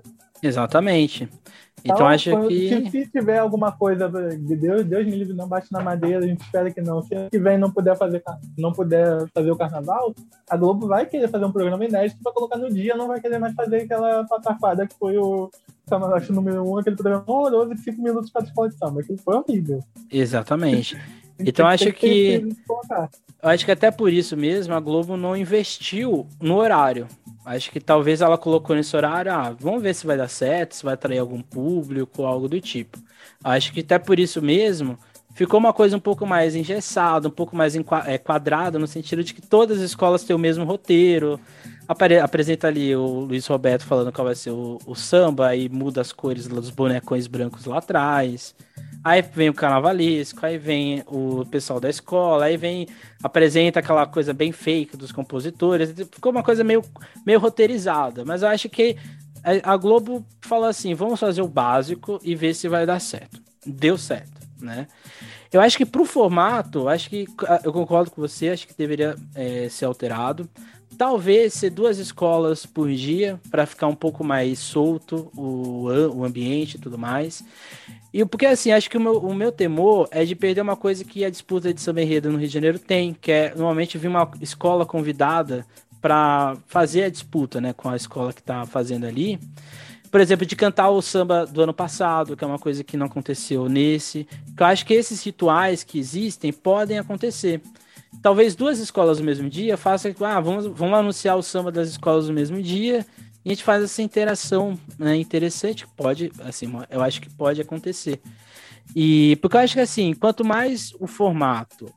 Exatamente. Então, Então, acho que... se, se tiver alguma coisa, Deus, Deus me livre, não bate na madeira, a gente espera que não. Se ano que vem não puder fazer, não puder fazer o carnaval, a Globo vai querer fazer um programa inédito para colocar no dia, não vai querer mais fazer aquela pataquada que foi o camarote número um, aquele programa horroroso de cinco minutos para a escola de samba. Aquilo foi horrível. Exatamente. Então, acho que... Eu acho que até por isso mesmo a Globo não investiu no horário. Acho que talvez ela colocou nesse horário, ah, vamos ver se vai dar certo, se vai atrair algum público, algo do tipo. Acho que até por isso mesmo ficou uma coisa um pouco mais engessada, um pouco mais quadrada, no sentido de que todas as escolas têm o mesmo roteiro. Apare- apresenta ali o Luiz Roberto falando qual vai ser o, o samba, aí muda as cores dos bonecões brancos lá atrás. Aí vem o carnavalesco, aí vem o pessoal da escola, aí vem, apresenta aquela coisa bem fake dos compositores. Ficou uma coisa meio, meio roteirizada, mas eu acho que a Globo falou assim, vamos fazer o básico e ver se vai dar certo. Deu certo, né? Eu acho que pro formato, acho que eu concordo com você, acho que deveria é, ser alterado. Talvez ser duas escolas por dia, para ficar um pouco mais solto o, o ambiente e tudo mais. E porque assim, acho que o meu, o meu temor é de perder uma coisa que a disputa de samba enredo no Rio de Janeiro tem, que é normalmente vir uma escola convidada para fazer a disputa, né, com a escola que tá fazendo ali. Por exemplo, de cantar o samba do ano passado, que é uma coisa que não aconteceu nesse. Eu acho que esses rituais que existem podem acontecer. Talvez duas escolas no mesmo dia façam, ah, vamos, vamos anunciar o samba das escolas no mesmo dia, e a gente faz essa interação, né, interessante, pode, assim, eu acho que pode acontecer. E porque eu acho que assim, quanto mais o formato,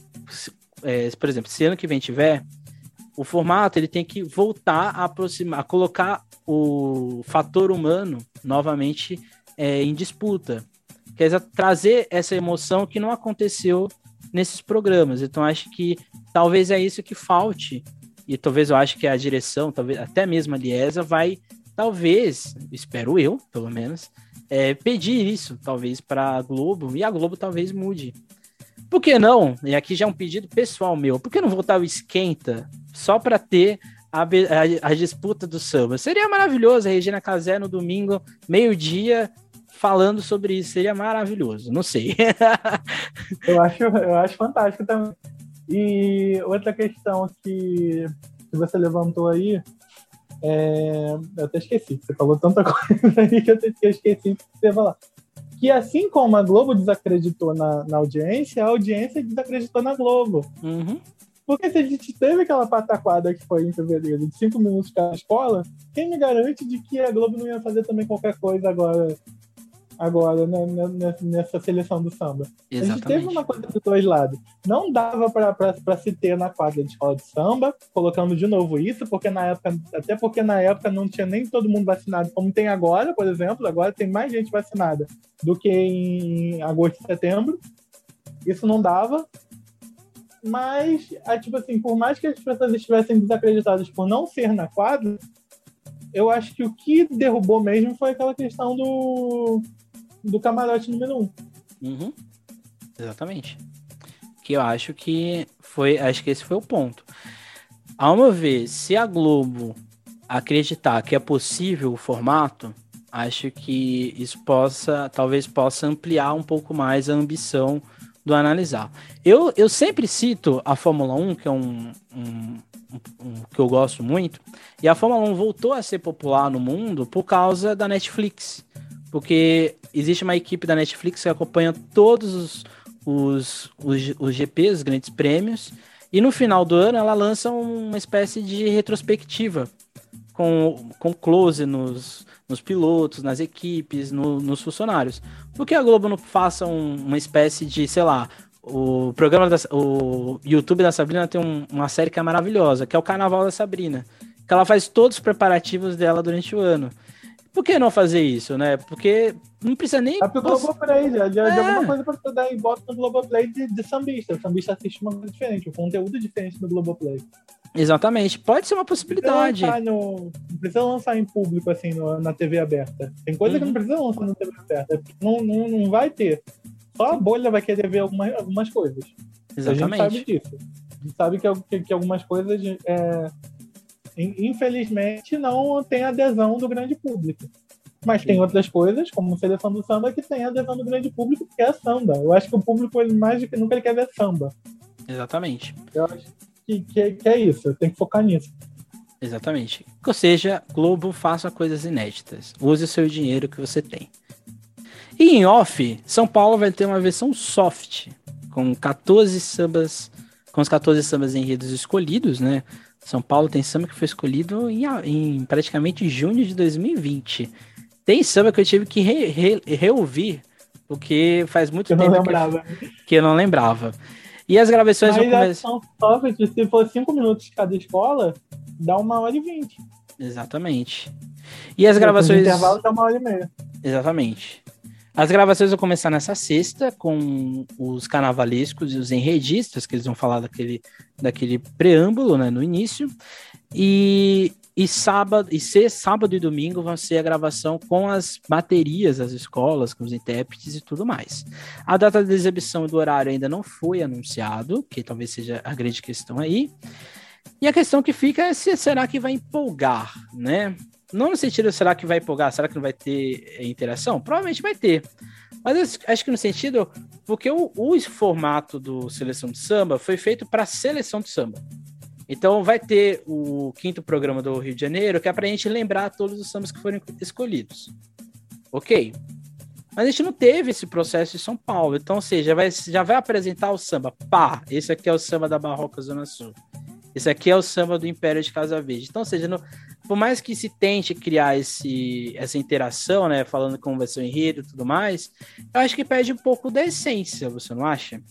é, por exemplo, se ano que vem tiver, o formato ele tem que voltar a aproximar, a colocar o fator humano novamente é, em disputa. Quer dizer, trazer essa emoção que não aconteceu nesses programas. Então, acho que talvez é isso que falte. E talvez eu acho que a direção, talvez até mesmo a Liesa, vai, talvez, espero eu, pelo menos, é, pedir isso, talvez, para a Globo. E a Globo talvez mude. Por que não? E aqui já é um pedido pessoal meu. Por que não voltar o Esquenta só para ter a, a, a disputa do samba? Seria maravilhoso a Regina Casé no domingo, meio-dia, falando sobre isso. Seria maravilhoso. Não sei. eu, acho, eu acho fantástico também. E outra questão que, que você levantou aí, é... eu até esqueci. Você falou tanta coisa aí que eu até esqueci que você ia falar. Que assim como a Globo desacreditou na, na audiência, a audiência desacreditou na Globo. Uhum. Porque se a gente teve aquela pataquada que foi em fevereiro de cinco minutos cada escola, quem me garante de que a Globo não ia fazer também qualquer coisa agora, agora né, nessa seleção do samba? Exatamente. A gente teve uma coisa dos dois lados. Não dava para se ter na quadra de escola de samba, colocando de novo isso, porque na época, até porque na época não tinha nem todo mundo vacinado, como tem agora, por exemplo. Agora tem mais gente vacinada do que em agosto e setembro. Isso não dava. Mas, tipo assim, por mais que as pessoas estivessem desacreditadas por não ser na quadra, eu acho que o que derrubou mesmo foi aquela questão do, do camarote número um. Uhum. Exatamente. Que eu acho que foi, acho que esse foi o ponto. Ao meu ver, se a Globo acreditar que é possível o formato, acho que isso possa, talvez possa ampliar um pouco mais a ambição do analisar. Eu, eu sempre cito a Fórmula um, que é um, um, um, um que eu gosto muito, e a Fórmula um voltou a ser popular no mundo por causa da Netflix, porque existe uma equipe da Netflix que acompanha todos os, os, os, os G Ps, os grandes prêmios, e no final do ano ela lança uma espécie de retrospectiva com, com close nos, nos pilotos, nas equipes, no, nos funcionários. Por que a Globo não faça um, uma espécie de, sei lá, o programa da, o YouTube da Sabrina tem um, uma série que é maravilhosa, que é o Carnaval da Sabrina, que ela faz todos os preparativos dela durante o ano. Por que não fazer isso, né? Porque não precisa nem... É pro Globoplay, já, já, é. de alguma coisa pra tu dar e bota no Globoplay de, de sambista. O sambista assiste uma coisa diferente, o conteúdo é diferente do Globoplay. Exatamente, pode ser uma possibilidade. Não precisa lançar, no, não precisa lançar em público, assim, no, na T V aberta. Tem coisa uhum. que não precisa lançar na T V aberta. Não, não, não vai ter. Só a bolha vai querer ver algumas, algumas coisas. Exatamente. A gente sabe disso. A gente sabe que, que, que algumas coisas, é, infelizmente, não tem adesão do grande público. Mas tem outras coisas, como Seleção do Samba, que tem adesão do grande público, que é samba. Eu acho que o público, ele, mais do que nunca, ele quer ver samba. Exatamente. Eu acho que, que, que é isso, tem que focar nisso. Exatamente. Ou seja, Globo, faça coisas inéditas. Use o seu dinheiro que você tem. E em off, São Paulo vai ter uma versão soft, com quatorze sambas, com os quatorze sambas enredos escolhidos, né? São Paulo tem samba que foi escolhido em, em praticamente junho de dois mil e vinte. Tem samba que eu tive que re, re, reouvir, porque faz muito eu tempo não lembrava. Que, que eu não lembrava. E as gravações Mas vão começar... são soft, se for cinco minutos de cada escola, dá uma hora e vinte. Exatamente. E as gravações... O intervalo dá uma hora e meia. Exatamente. As gravações vão começar nessa sexta, com os carnavalescos e os enredistas, que eles vão falar daquele, daquele preâmbulo, né, no início. E, e, sábado, e ser, sábado e domingo vão ser a gravação com as baterias das escolas, com os intérpretes e tudo mais. A data da exibição e do horário ainda não foi anunciado, que talvez seja a grande questão aí. E a questão que fica é se será que vai empolgar, né? Não no sentido, será que vai empolgar? Será que não vai ter interação? Provavelmente vai ter. Mas acho que no sentido, porque o, o formato do Seleção de Samba foi feito para Seleção de Samba. Então vai ter o quinto programa do Rio de Janeiro, que é para a gente lembrar todos os sambas que foram escolhidos. Ok. Mas a gente não teve esse processo em São Paulo. Então, ou seja, vai, já vai apresentar o samba. Pá, esse aqui é o samba da Barroca Zona Sul. Esse aqui é o samba do Império de Casa Verde. Então, ou seja, no, por mais que se tente criar esse, essa interação, né, falando como vai ser o enredo e tudo mais, eu acho que perde um pouco da essência, você não acha?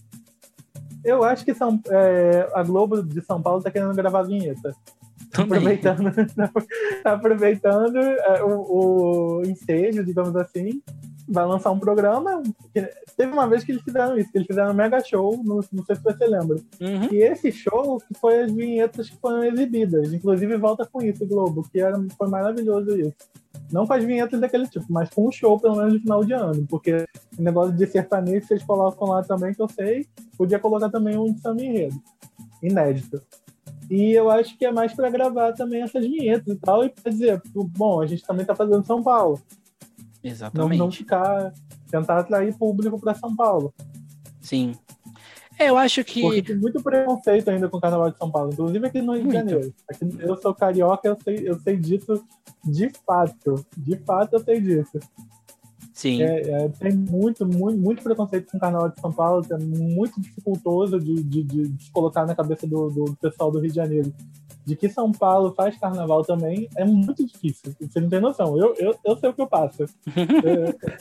Eu acho que São, é, a Globo de São Paulo está querendo gravar vinheta. Tá aproveitando, tá aproveitando é, o, o ensejo, digamos assim, vai lançar um programa. Que, teve uma vez que eles fizeram isso, que eles fizeram um mega show, não, não sei se você lembra. Uhum. E esse show que foi as vinhetas que foram exibidas. Inclusive, volta com isso, Globo, que era, foi maravilhoso isso. Não com as vinhetas daquele tipo, mas com um show, pelo menos, no final de ano. Porque o negócio de sertanejo, vocês colocam lá também, que eu sei, podia colocar também um de samba enredo, inédito. E eu acho que é mais para gravar também essas vinhetas e tal, e pra dizer, bom, a gente também tá fazendo São Paulo. Exatamente. Não, não ficar, tentar atrair público para São Paulo. Sim. É, eu acho que... Porque tem muito preconceito ainda com o Carnaval de São Paulo, inclusive aqui no Rio muito. de Janeiro. Aqui, eu sou carioca, eu sei, eu sei disso de fato. De fato eu sei disso. Sim. É, é, tem muito, muito, muito preconceito com o Carnaval de São Paulo, é muito dificultoso de, de, de, de se colocar na cabeça do, do pessoal do Rio de Janeiro. De que São Paulo faz carnaval também, é muito difícil. Você não tem noção. Eu, eu, eu sei o que eu passo. é...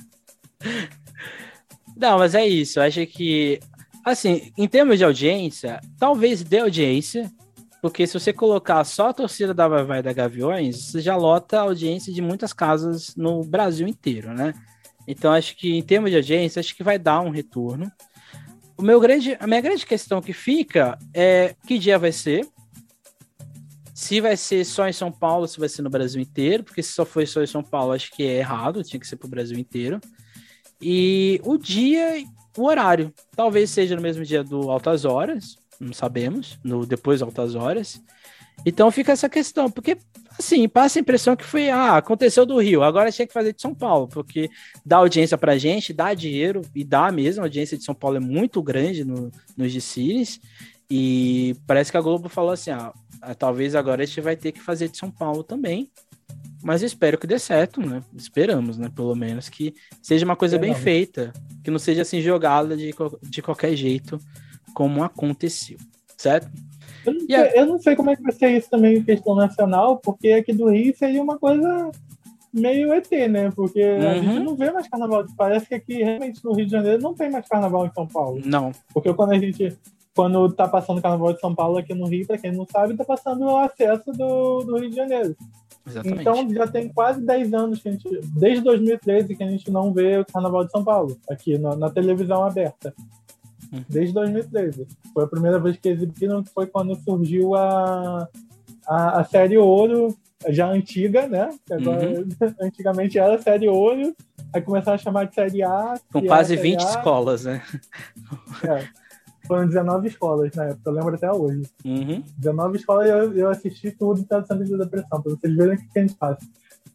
Não, mas é isso. Eu acho que, assim, em termos de audiência, talvez dê audiência, porque se você colocar só a torcida da Vai-Vai da Gaviões, você já lota a audiência de muitas casas no Brasil inteiro, né? Então, acho que em termos de audiência, acho que vai dar um retorno. O meu grande, a minha grande questão que fica é que dia vai ser. Se vai ser só em São Paulo, se vai ser no Brasil inteiro, porque se só for só em São Paulo, acho que é errado, tinha que ser pro Brasil inteiro. E o dia, o horário, talvez seja no mesmo dia do Altas Horas, não sabemos, no depois do Altas Horas. Então fica essa questão, porque assim, passa a impressão que foi, ah, aconteceu do Rio, agora tinha que fazer de São Paulo, porque dá audiência pra gente, dá dinheiro, e dá mesmo, a audiência de São Paulo é muito grande no, nos desfiles, e parece que a Globo falou assim, ah, talvez agora a gente vai ter que fazer de São Paulo também, mas eu espero que dê certo, né? Esperamos, né? Pelo menos que seja uma coisa é bem não. feita, que não seja assim jogada de, de qualquer jeito, como aconteceu, certo? Eu não, sei, a... eu não sei como é que vai ser isso também em questão nacional, porque aqui do Rio seria uma coisa meio E T, né? Porque uhum. a gente não vê mais carnaval. Parece que aqui realmente no Rio de Janeiro não tem mais carnaval em São Paulo. Não. Porque quando a gente... Quando tá passando o Carnaval de São Paulo aqui no Rio, para quem não sabe, tá passando o acesso do, do Rio de Janeiro. Exatamente. Então já tem quase dez anos que a gente, desde dois mil e treze, que a gente não vê o Carnaval de São Paulo, aqui na, na televisão aberta. Uhum. Desde dois mil e treze. Foi a primeira vez que exibiram, que foi quando surgiu a, a, a série Ouro, já antiga, né? Agora, uhum. Antigamente era a série Ouro, aí começaram a chamar de série A. Com quase vinte A. escolas, né? É. Foram dezenove escolas na época, eu lembro até hoje. Uhum. dezenove escolas e eu, eu assisti tudo até o Santo Dia da Pressão, pra vocês verem o que a gente faz.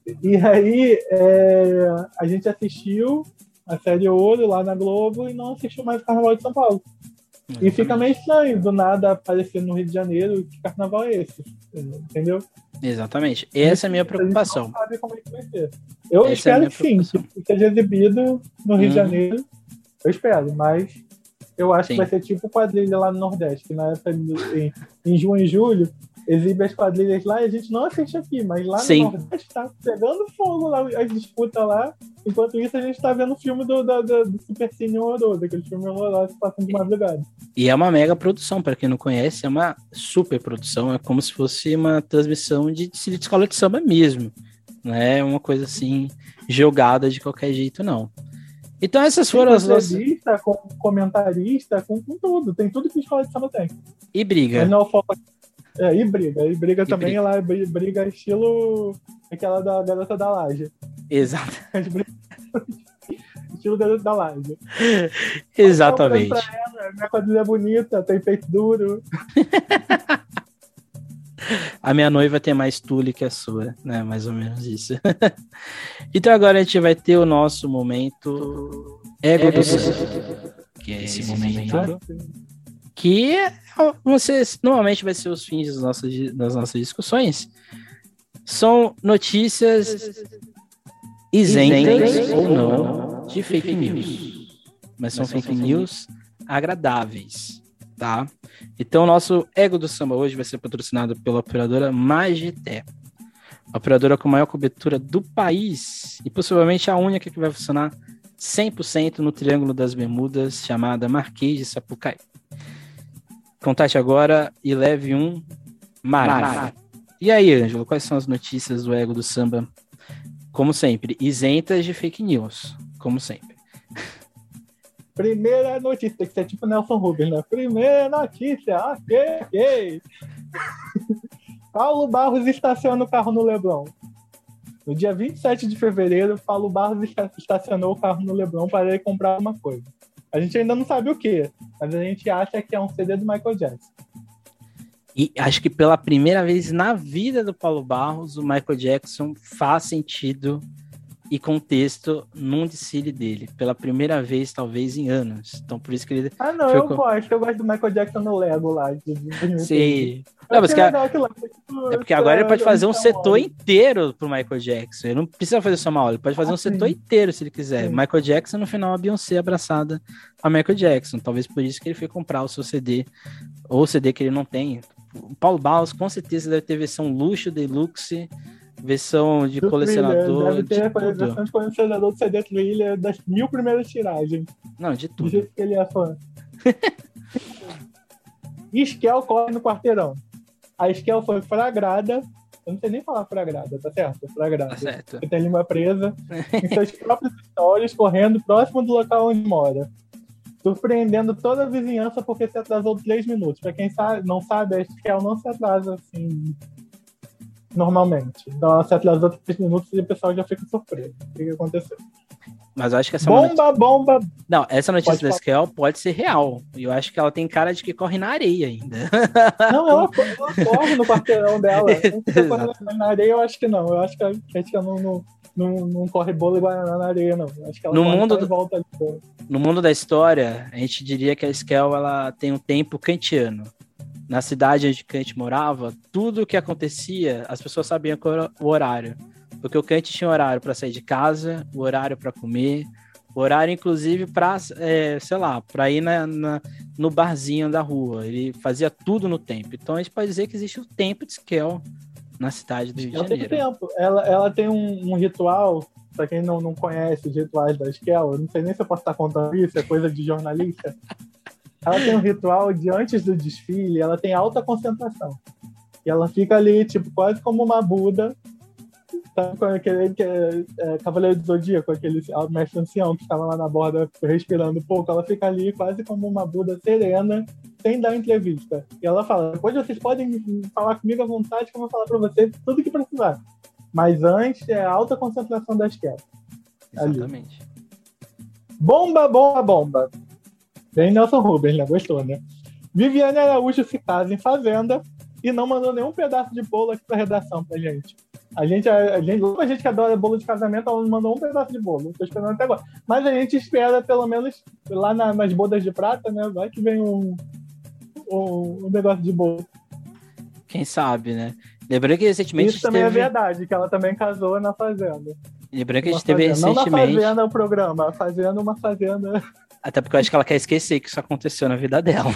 E aí é, a gente assistiu a série Ouro lá na Globo e não assistiu mais o Carnaval de São Paulo. Exatamente. E fica meio estranho do nada aparecer no Rio de Janeiro. Que carnaval é esse? Entendeu? Exatamente. Essa é a minha preocupação. A gente não sabe como é que vai ser. Eu Essa espero é que sim, que seja exibido no Rio uhum. de Janeiro. Eu espero, mas eu acho sim. que vai ser tipo quadrilha lá no Nordeste, que na época em, em junho e julho exibe as quadrilhas lá e a gente não assiste aqui, mas lá sim. no Nordeste tá pegando fogo lá, as disputas lá. Enquanto isso, a gente tá vendo o filme do, do, do, do Super Cine horroroso, aquele filme horroroso que passa de madrugada. E é uma mega produção, para quem não conhece, é uma super produção, é como se fosse uma transmissão de, de escola de samba mesmo. Não é uma coisa assim, jogada de qualquer jeito, não. Então essas foram as nossas... entrevista, com comentarista, com, com tudo, tem tudo que escola de samba tem. E briga. Mas não foca... É, e briga, e briga e também, briga. Ela briga estilo aquela da Garota da Laje. Exato. Estilo Garota da Laje. Exatamente. Ela, minha quadrilha é bonita, tem peito duro. A minha noiva tem mais tule que a sua, né? Mais ou menos isso. Então agora a gente vai ter o nosso momento Ego, Ego do Samba, que é esse, esse momento, momento que vocês normalmente vai ser os fins das nossas, das nossas discussões. São notícias isentas, isentas ou não de fake news, mas são fake news agradáveis, tá? Então o nosso Ego do Samba hoje vai ser patrocinado pela operadora Magité, a operadora com maior cobertura do país e possivelmente a única que vai funcionar cem por cento no Triângulo das Bermudas, chamada Marquês de Sapucaí. Contate agora e leve um Mara. E aí, Ângelo, quais são as notícias do Ego do Samba? Como sempre, isentas de fake news, como sempre. Primeira notícia, tem que ser tipo Nelson Rubens, né? Primeira notícia, ok, ok. Paulo Barros estaciona o carro no Leblon. No dia vinte e sete de fevereiro, Paulo Barros estacionou o carro no Leblon para ele comprar uma coisa. A gente ainda não sabe o que, mas a gente acha que é um C D do Michael Jackson. E acho que pela primeira vez na vida do Paulo Barros, o Michael Jackson faz sentido e contexto num desfile dele. Pela primeira vez, talvez, em anos. Então, por isso que ele... Ah, não, eu com... gosto. Eu gosto do Michael Jackson no Lego lá. De... Sim. Não, mas que... É porque agora ele pode fazer um setor inteiro pro Michael Jackson. Ele não precisa fazer só uma aula. Ele pode fazer ah, um sim. setor inteiro, se ele quiser. Sim. Michael Jackson, no final, a Beyoncé abraçada a Michael Jackson. Talvez por isso que ele foi comprar o seu C D. Ou o C D que ele não tem. O Paulo Barros, com certeza, deve ter versão luxo, deluxe... Versão de do colecionador. Deve ter a versão de colecionador do C D Thriller das mil primeiras tiragens. Não, de tudo. Do jeito que ele é fã. Esquel corre no quarteirão. A Esquel foi flagrada. Eu não sei nem falar flagrada, tá certo? Flagrada. Tá certo. Você tem língua presa em seus próprios stories, correndo próximo do local onde mora. Surpreendendo toda a vizinhança porque se atrasou três minutos. Pra quem sabe, não sabe, a Esquel não se atrasa assim. Normalmente. Então ela se atrasou três minutos e o pessoal já fica surpreso. O que, que aconteceu? Mas eu acho que essa bomba, notícia... bomba. Não, essa notícia da Esquel pode ser real. E eu acho que ela tem cara de que corre na areia ainda. Não, ela, ela corre no quarteirão dela. Corre na areia, eu acho que não. Eu acho que a Esquel não, não, não, não corre bolo e guaraná na areia, não. Eu acho que ela no mundo do... volta ali. No mundo da história, a gente diria que a Esquel ela tem um tempo kantiano. Na cidade onde Kant morava, tudo o que acontecia, as pessoas sabiam qual era o horário. Porque o Kant tinha horário para sair de casa, o horário para comer, o horário, inclusive, para, é, sei lá, para ir na, na, no barzinho da rua. Ele fazia tudo no tempo. Então, a gente pode dizer que existe o tempo de Esquel na cidade do Rio de Janeiro. Ela tem tempo. Ela, ela tem um, um ritual, para quem não, não conhece os rituais da Esquel, eu não sei nem se eu posso estar contando isso, é coisa de jornalista. Ela tem um ritual de antes do desfile, ela tem alta concentração. E ela fica ali, tipo, quase como uma Buda, sabe, com aquele que é, é, Cavaleiro do Zodíaco, aquele mestre ancião que estava lá na borda respirando pouco. Ela fica ali quase como uma Buda serena, sem dar entrevista. E ela fala, depois vocês podem falar comigo à vontade que eu vou falar para vocês tudo que precisar. Mas antes é a alta concentração da Esquel. Exatamente. Ali. Bomba, bomba, bomba. Bem Nelson Rubens, né? Gostou, né? Viviane Araújo se casa em fazenda e não mandou nenhum pedaço de bolo aqui pra redação pra gente. A gente, a, a gente, a gente que adora bolo de casamento, ela não mandou um pedaço de bolo. Tô esperando até agora. Mas a gente espera, pelo menos, lá na, nas bodas de prata, né? Vai que vem um, um, um negócio de bolo. Quem sabe, né? Lembrando que recentemente. Isso também teve... é verdade, que ela também casou na fazenda. Lembrando que a gente Uma teve fazenda. recentemente. Não na fazenda o programa, a fazenda uma fazenda. Até porque eu acho que ela quer esquecer que isso aconteceu na vida dela.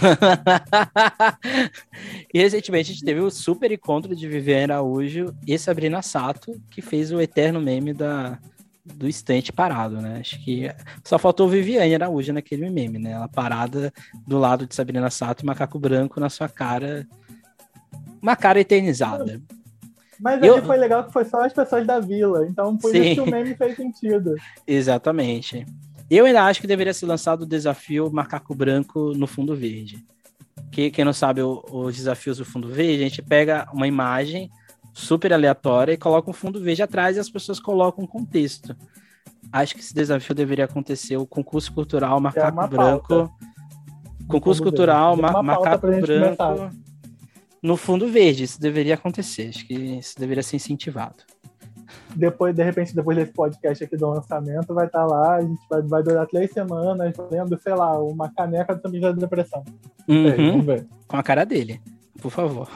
E recentemente a gente teve o super encontro de Viviane Araújo e Sabrina Sato, que fez o eterno meme da, do estante parado, né? Acho que só faltou Viviane Araújo naquele meme, né? Ela parada do lado de Sabrina Sato e macaco branco na sua cara. Uma cara eternizada. Mas eu... ali foi legal que foi só as pessoas da vila, então por Sim. isso que o meme fez sentido. Exatamente. Eu ainda acho que deveria ser lançado o desafio Macaco Branco no Fundo Verde. Que, quem não sabe o, os desafios do Fundo Verde, a gente pega uma imagem super aleatória e coloca um fundo verde atrás e as pessoas colocam um contexto. Acho que esse desafio deveria acontecer, o concurso cultural Macaco é Branco. Pauta. Concurso cultural ma- Macaco Branco começar. No Fundo Verde. Isso deveria acontecer. Acho que isso deveria ser incentivado. Depois, de repente, depois desse podcast aqui do lançamento, vai estar lá, a gente vai, vai durar três semanas, lendo, sei lá, uma caneca do Camisa da Depressão. Uhum. Aí, vamos ver. Com a cara dele, por favor.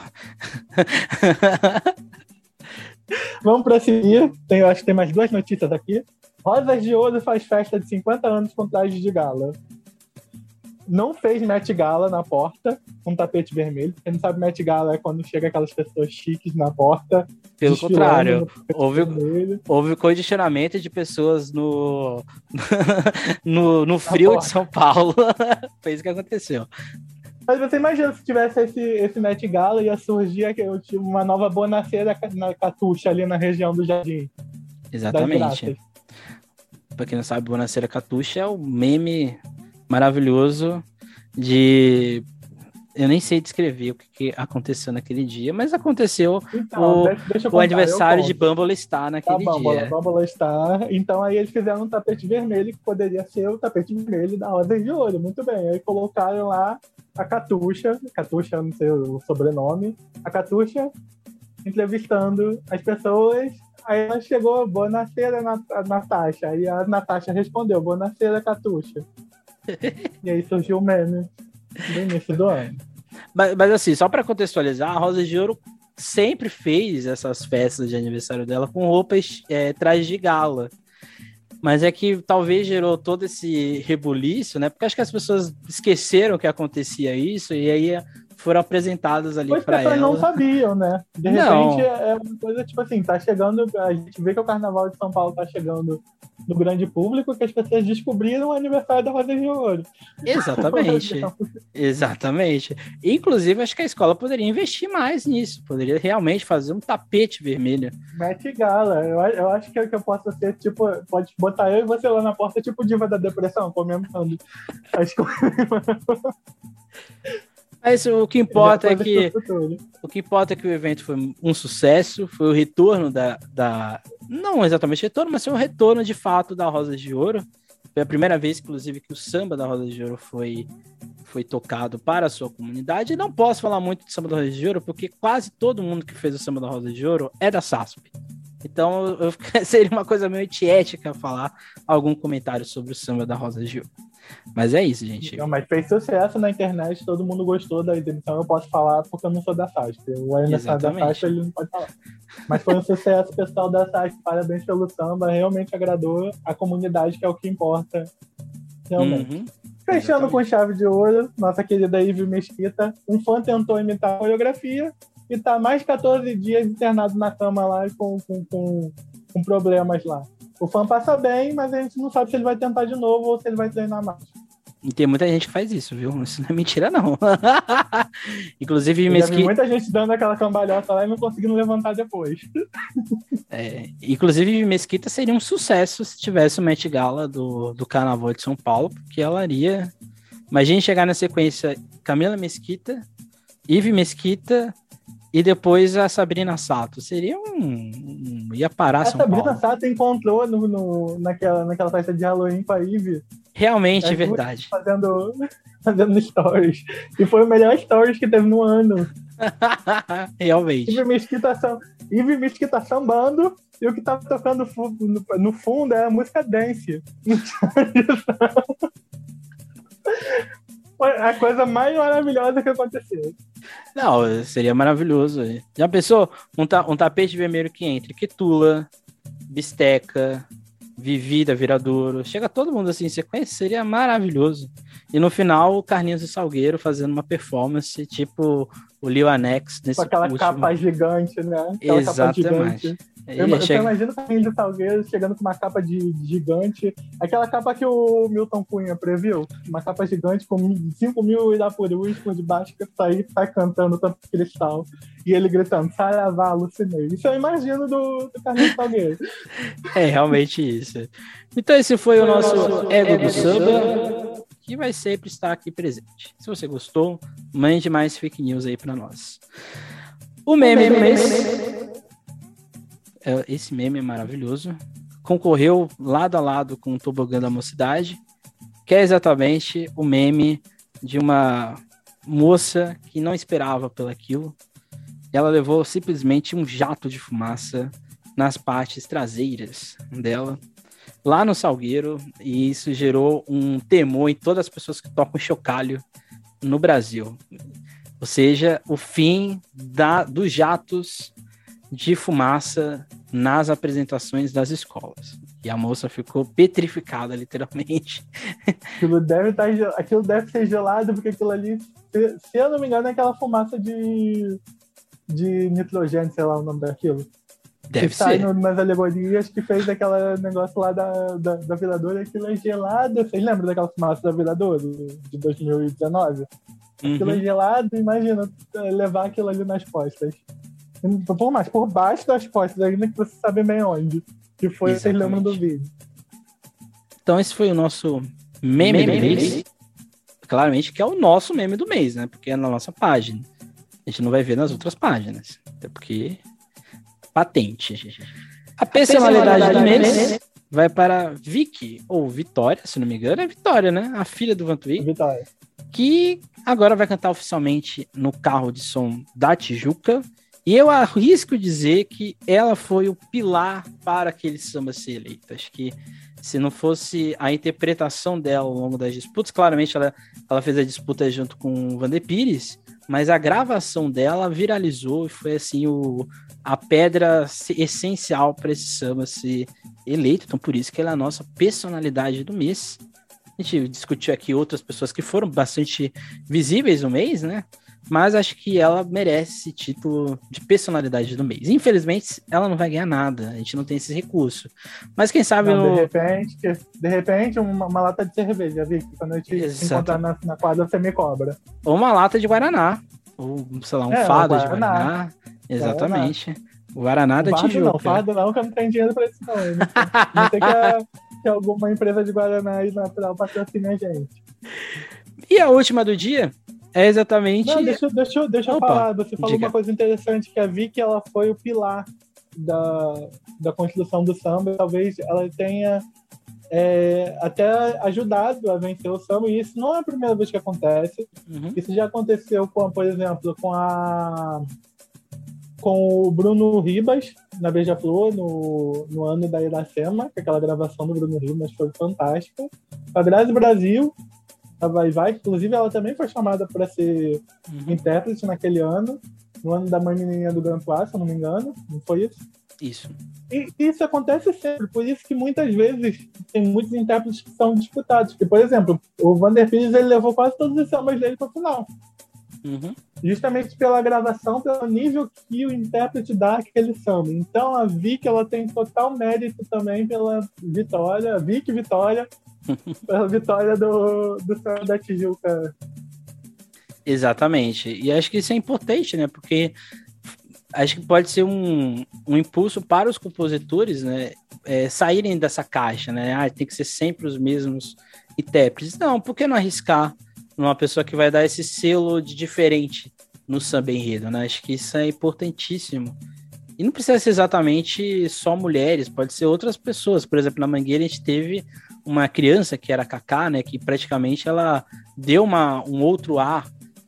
Vamos prosseguir. Tem, eu acho que tem mais duas notícias aqui. Rosas de Ouro faz festa de cinquenta anos com traje de gala. Não fez Met Gala na porta, com tapete vermelho. Quem não sabe, Met Gala é quando chega aquelas pessoas chiques na porta. Pelo contrário, houve, vermelho. houve condicionamento de pessoas no, no, no frio de São Paulo. Foi isso que aconteceu. Mas você imagina se tivesse esse, esse Met Gala, ia surgir uma nova bonaceira na Catuxa, ali na região do Jardim. Exatamente. Pra quem não sabe, Bonaceira Catuxa é o meme maravilhoso de... Eu nem sei descrever o que, que aconteceu naquele dia, mas aconteceu então, o, deixa, deixa o contar, aniversário de Bumble Star naquele tá, Bumble, dia. Bumble Star. Então aí eles fizeram um tapete vermelho que poderia ser o tapete vermelho da Rosa de Ouro. Muito bem. Aí colocaram lá a Catuxa, Catuxa, não sei o sobrenome, a Catuxa entrevistando as pessoas. Aí ela chegou, Bonaceira, Natasha. Aí a Natasha respondeu, Bonaceira, Catuxa. E aí surgiu o meme no início do ano. Mas, mas assim, só para contextualizar, a Rosa de Ouro sempre fez essas festas de aniversário dela com roupas, é, trajes de gala. Mas é que talvez gerou todo esse rebuliço, né? Porque acho que as pessoas esqueceram que acontecia isso e aí foram apresentadas ali para ela. As pessoas não sabiam, né? De não. repente é uma coisa tipo assim, tá chegando, a gente vê que o Carnaval de São Paulo tá chegando no grande público, que as pessoas descobriram o aniversário da Rosa de Ouro. Exatamente. Exatamente. Inclusive, acho que a escola poderia investir mais nisso, poderia realmente fazer um tapete vermelho. Met Gala, eu, eu acho que, que eu posso ser, tipo, pode botar eu e você lá na porta, tipo Diva da Depressão, comemorando. Acho que Mas o que importa é que o que importa é que o evento foi um sucesso, foi o retorno da, da não exatamente retorno, mas foi um retorno de fato da Rosa de Ouro. Foi a primeira vez, inclusive, que o samba da Rosa de Ouro foi, foi tocado para a sua comunidade. E não posso falar muito de samba da Rosa de Ouro, porque quase todo mundo que fez o samba da Rosa de Ouro é da S A S P. Então eu, seria uma coisa meio antiética falar algum comentário sobre o samba da Rosa de Ouro. Mas é isso, gente. Não, mas fez sucesso na internet, todo mundo gostou da então eu posso falar porque eu não sou da S A S P. O aniversário da S A S P ele não pode falar. Mas foi um sucesso, pessoal da S A S P, parabéns pelo samba, realmente agradou a comunidade, que é o que importa, realmente. Uhum. Fechando Exatamente. Com chave de ouro, nossa querida Ivy Mesquita, um fã tentou imitar a coreografia e tá mais catorze dias internado na cama lá com, com, com, com problemas lá. O fã passa bem, mas a gente não sabe se ele vai tentar de novo ou se ele vai treinar mais. E tem muita gente que faz isso, viu? Isso não é mentira, não. Inclusive, Eu Mesquita... já vi muita gente dando aquela cambalhota lá e não conseguindo levantar depois. É, inclusive, Mesquita seria um sucesso se tivesse o Met Gala do, do Carnaval de São Paulo, porque ela iria... Imagina chegar na sequência Camila Mesquita, Ivy Mesquita... E depois a Sabrina Sato. Seria um... um ia parar a São Paulo. A Sabrina Sato encontrou no, no, naquela, naquela festa de Halloween com a Ivy. Realmente, verdade. Fazendo, fazendo stories. E foi o melhor stories que teve no ano. Realmente. Ive Mesquita, sam... Ive Mesquita sambando, e o que tá tocando fu... no... no fundo é a música dance. A coisa mais maravilhosa que aconteceu. Não, seria maravilhoso. Já pensou? Um, ta... um tapete vermelho que entra, Quitula, Bisteca, Vivi da Viradouro. Chega todo mundo assim em sequência, seria maravilhoso. E no final, o Carlinhos do Salgueiro fazendo uma performance tipo o Lil Anex. Com aquela último... capa gigante, né? Aquela Exatamente. Capa gigante. Eu, eu chega... imagino o Carlinhos do Salgueiro chegando com uma capa de, de gigante. Aquela capa que o Milton Cunha previu. Uma capa gigante com cinco mil Irapurus por debaixo que sai, sai cantando tanto cristal. E ele gritando, saravá, alucinei. Isso eu imagino do, do Carlinhos do Salgueiro. É realmente isso. Então esse foi, foi o nosso, nosso Ego, Ego do Samba, que vai sempre estar aqui presente. Se você gostou, mande mais fake news aí pra nós. O meme, o meme do mês... Esse meme é maravilhoso. Concorreu lado a lado com o Tobogã da Mocidade, que é exatamente o meme de uma moça que não esperava pelo aquilo. Ela levou simplesmente um jato de fumaça nas partes traseiras dela, lá no Salgueiro, e isso gerou um temor em todas as pessoas que tocam chocalho no Brasil. Ou seja, o fim da, dos jatos de fumaça nas apresentações das escolas. E a moça ficou petrificada, literalmente. Aquilo deve, tá, aquilo deve ser gelado, porque aquilo ali, se, se eu não me engano, é aquela fumaça de, de nitrogênio, sei lá o nome daquilo. Deve que ser. Sai no, nas alegorias que fez aquele negócio lá da, da, da Viradouro, aquilo é gelado. Vocês lembram daquela fumaça da Viradouro, de dois mil e dezenove? Aquilo uhum. é gelado, imagina levar aquilo ali nas costas. Por mais, por baixo das costas, ainda que você sabe bem onde. Que foi, exatamente. Vocês lembram do vídeo. Então esse foi o nosso meme, meme do mês. mês. Claramente que é o nosso meme do mês, né? Porque é na nossa página. A gente não vai ver nas outras páginas. Até porque... patente. A personalidade, a personalidade do mês, mês vai para Vicky, ou Vitória, se não me engano, é Vitória, né? A filha do Vantuí. Vitória. Que agora vai cantar oficialmente no carro de som da Tijuca. E eu arrisco dizer que ela foi o pilar para aquele samba ser eleito. Acho que se não fosse a interpretação dela ao longo das disputas, claramente ela, ela fez a disputa junto com o Vander Pires, mas a gravação dela viralizou e foi assim o, a pedra essencial para esse samba ser eleito. Então por isso que ela é a nossa personalidade do mês. A gente discutiu aqui outras pessoas que foram bastante visíveis no mês, né? Mas acho que ela merece esse título de personalidade do mês. Infelizmente, ela não vai ganhar nada. A gente não tem esse recurso. Mas quem sabe... Não, no... de repente, de repente uma, uma lata de cerveja, Vicky. Quando eu te Exato. encontrar na, na quadra, você me cobra. Ou uma lata de Guaraná. Ou, sei lá, um é, fado de Guaraná. Exatamente. Guaraná. O Guaraná da Tijuca. Não, fado não, que eu não tenho dinheiro pra isso não. Não tem que, que alguma empresa de Guaraná aí natural patrocine a gente. E a última do dia... é exatamente... Não, deixa, deixa, deixa eu falar. Você falou diga. Uma coisa interessante, que a Vicky, ela foi o pilar da, da construção do samba. Talvez ela tenha é, até ajudado a vencer o samba. E isso não é a primeira vez que acontece. Uhum. Isso já aconteceu, com, por exemplo, com a com o Bruno Ribas, na Beija-Flor, no, no ano da Iracema, que aquela gravação do Bruno Ribas foi fantástica. A Grazi Brasil... a Vai Vai, inclusive ela também foi chamada para ser uhum. intérprete naquele ano, no ano da Mãe Menininha do Gantuá, se eu não me engano, não foi isso? Isso. E isso acontece sempre, por isso que muitas vezes tem muitos intérpretes que são disputados. Porque, por exemplo, o Vander Pires, ele levou quase todos os sambas dele para o final. Uhum. Justamente pela gravação, pelo nível que o intérprete dá àquele samba. Então a Vicky, ela tem total mérito também pela vitória, a Vicky Vitória, pela vitória do, do samba da Tijuca. Exatamente. E acho que isso é importante, né? Porque acho que pode ser um, um impulso para os compositores, né? É, saírem dessa caixa, né? Ah, tem que ser sempre os mesmos intérpretes. Não, por que não arriscar numa pessoa que vai dar esse selo de diferente no samba enredo, né? Acho que isso é importantíssimo. E não precisa ser exatamente só mulheres, pode ser outras pessoas. Por exemplo, na Mangueira a gente teve uma criança que era a Cacá, né? Que praticamente ela deu uma, um outro ar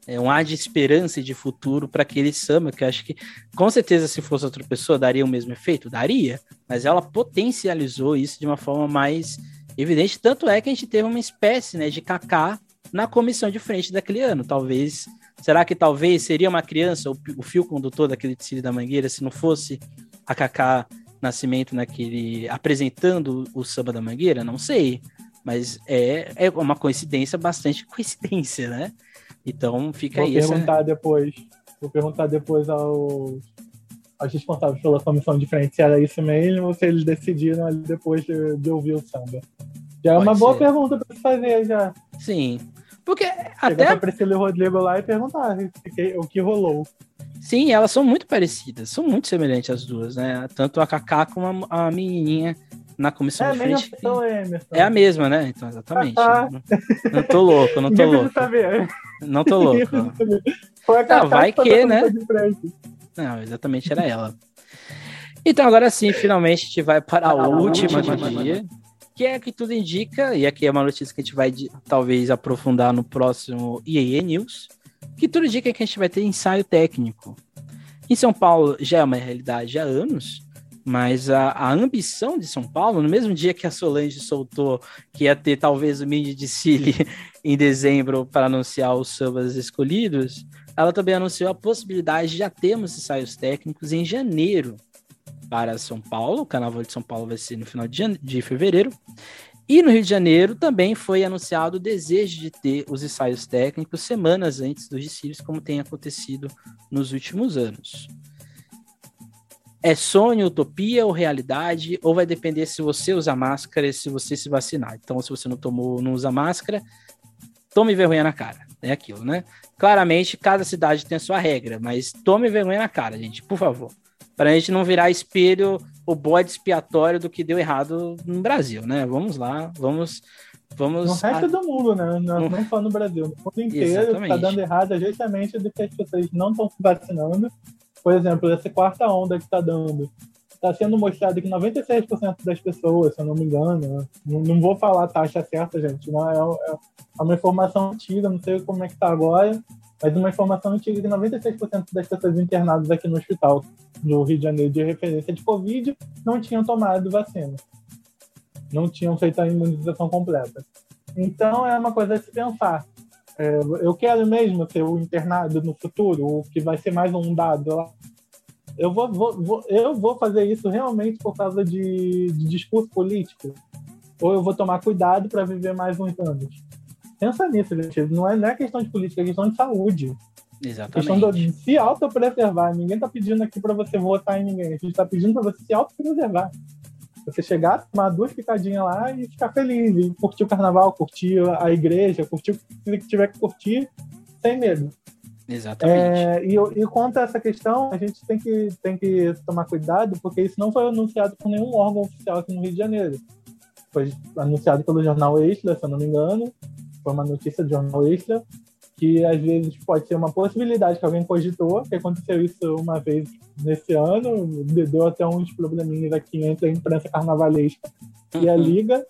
é, um ar de esperança e de futuro para aquele samba, que eu acho que, com certeza, se fosse outra pessoa, daria o mesmo efeito? Daria, mas ela potencializou isso de uma forma mais evidente, tanto é que a gente teve uma espécie, né, de Kaká na comissão de frente daquele ano. Talvez, será que talvez seria uma criança o, o fio condutor daquele desfile da Mangueira se não fosse a Kaká Nascimento naquele, apresentando o samba da Mangueira? Não sei, mas é, é uma coincidência, bastante coincidência, né? Então fica vou aí. Perguntar essa... depois, vou perguntar depois aos, aos responsáveis pela comissão de frente se era isso mesmo ou se eles decidiram ali depois de, de ouvir o samba. Já é Pode uma boa ser. pergunta para se fazer já. Sim, porque Chegar até pra Priscila e o Rodrigo lá e perguntar o que rolou. sim, elas são muito parecidas, são muito semelhantes as duas, né? Tanto a Kaká como a, a menininha na comissão É de a mesma frente. pessoa, Emerson. É a mesma, né? Então, exatamente. Ah, não, não tô louco, não tô ninguém louco. precisa saber. Não tô louco. Foi a Cacá Não, vai que, que, né? De frente. Não, exatamente era ela. Então, agora sim, finalmente a gente vai para a última do dia, que é que tudo indica, e aqui é uma notícia que a gente vai talvez aprofundar no próximo I A E News, que tudo indica que a gente vai ter ensaio técnico. Em São Paulo já é uma realidade há anos, mas a, a ambição de São Paulo, no mesmo dia que a Solange soltou que ia ter talvez o mini desfile em dezembro para anunciar os sambas escolhidos, ela também anunciou a possibilidade de já termos ensaios técnicos em janeiro para São Paulo. O Carnaval de São Paulo vai ser no final de, jane... de fevereiro. E no Rio de Janeiro também foi anunciado o desejo de ter os ensaios técnicos semanas antes dos desfiles, como tem acontecido nos últimos anos. É sonho, utopia ou realidade? Ou vai depender se você usar máscara e se você se vacinar? Então, se você não tomou, não usa máscara, tome vergonha na cara. É aquilo, né? Claramente, cada cidade tem a sua regra, mas tome vergonha na cara, gente, por favor. Para a gente não virar espelho ou bode expiatório do que deu errado no Brasil, né? Vamos lá, vamos... vamos no resto a... do mundo, né? Não, não só no Brasil. No mundo inteiro está dando errado justamente do que as pessoas não estão se vacinando. Por exemplo, essa quarta onda que está dando, está sendo mostrado que noventa e seis por cento das pessoas, se eu não me engano, não, não vou falar a taxa certa, gente, não é, é, é uma informação antiga, não sei como é que está agora, mas uma informação antiga que noventa e seis por cento das pessoas internadas aqui no hospital do Rio de Janeiro de referência de Covid não tinham tomado vacina, não tinham feito a imunização completa. Então é uma coisa a se pensar. É, eu quero mesmo ser o internado no futuro, o que vai ser mais um dado lá. Eu vou, vou, vou, eu vou fazer isso realmente por causa de, de discurso político? Ou eu vou tomar cuidado para viver mais uns anos? Pensa nisso, gente. Não é, não é questão de política, é questão de saúde. Exatamente. É questão de se autopreservar. Ninguém está pedindo aqui para você votar em ninguém. A gente está pedindo para você se autopreservar. Você chegar, tomar duas picadinhas lá e ficar feliz, e curtir o carnaval, curtir a igreja, curtir o que tiver que curtir, sem medo. Exatamente. É, e, e quanto a essa questão, a gente tem que, tem que tomar cuidado, porque isso não foi anunciado por nenhum órgão oficial aqui no Rio de Janeiro. Foi anunciado pelo jornal Extra, se eu não me engano. Foi uma notícia do jornal Extra, que às vezes pode ser uma possibilidade que alguém cogitou, que aconteceu isso uma vez nesse ano, deu até uns probleminhas aqui entre a imprensa carnavalesca uhum. e a Liga.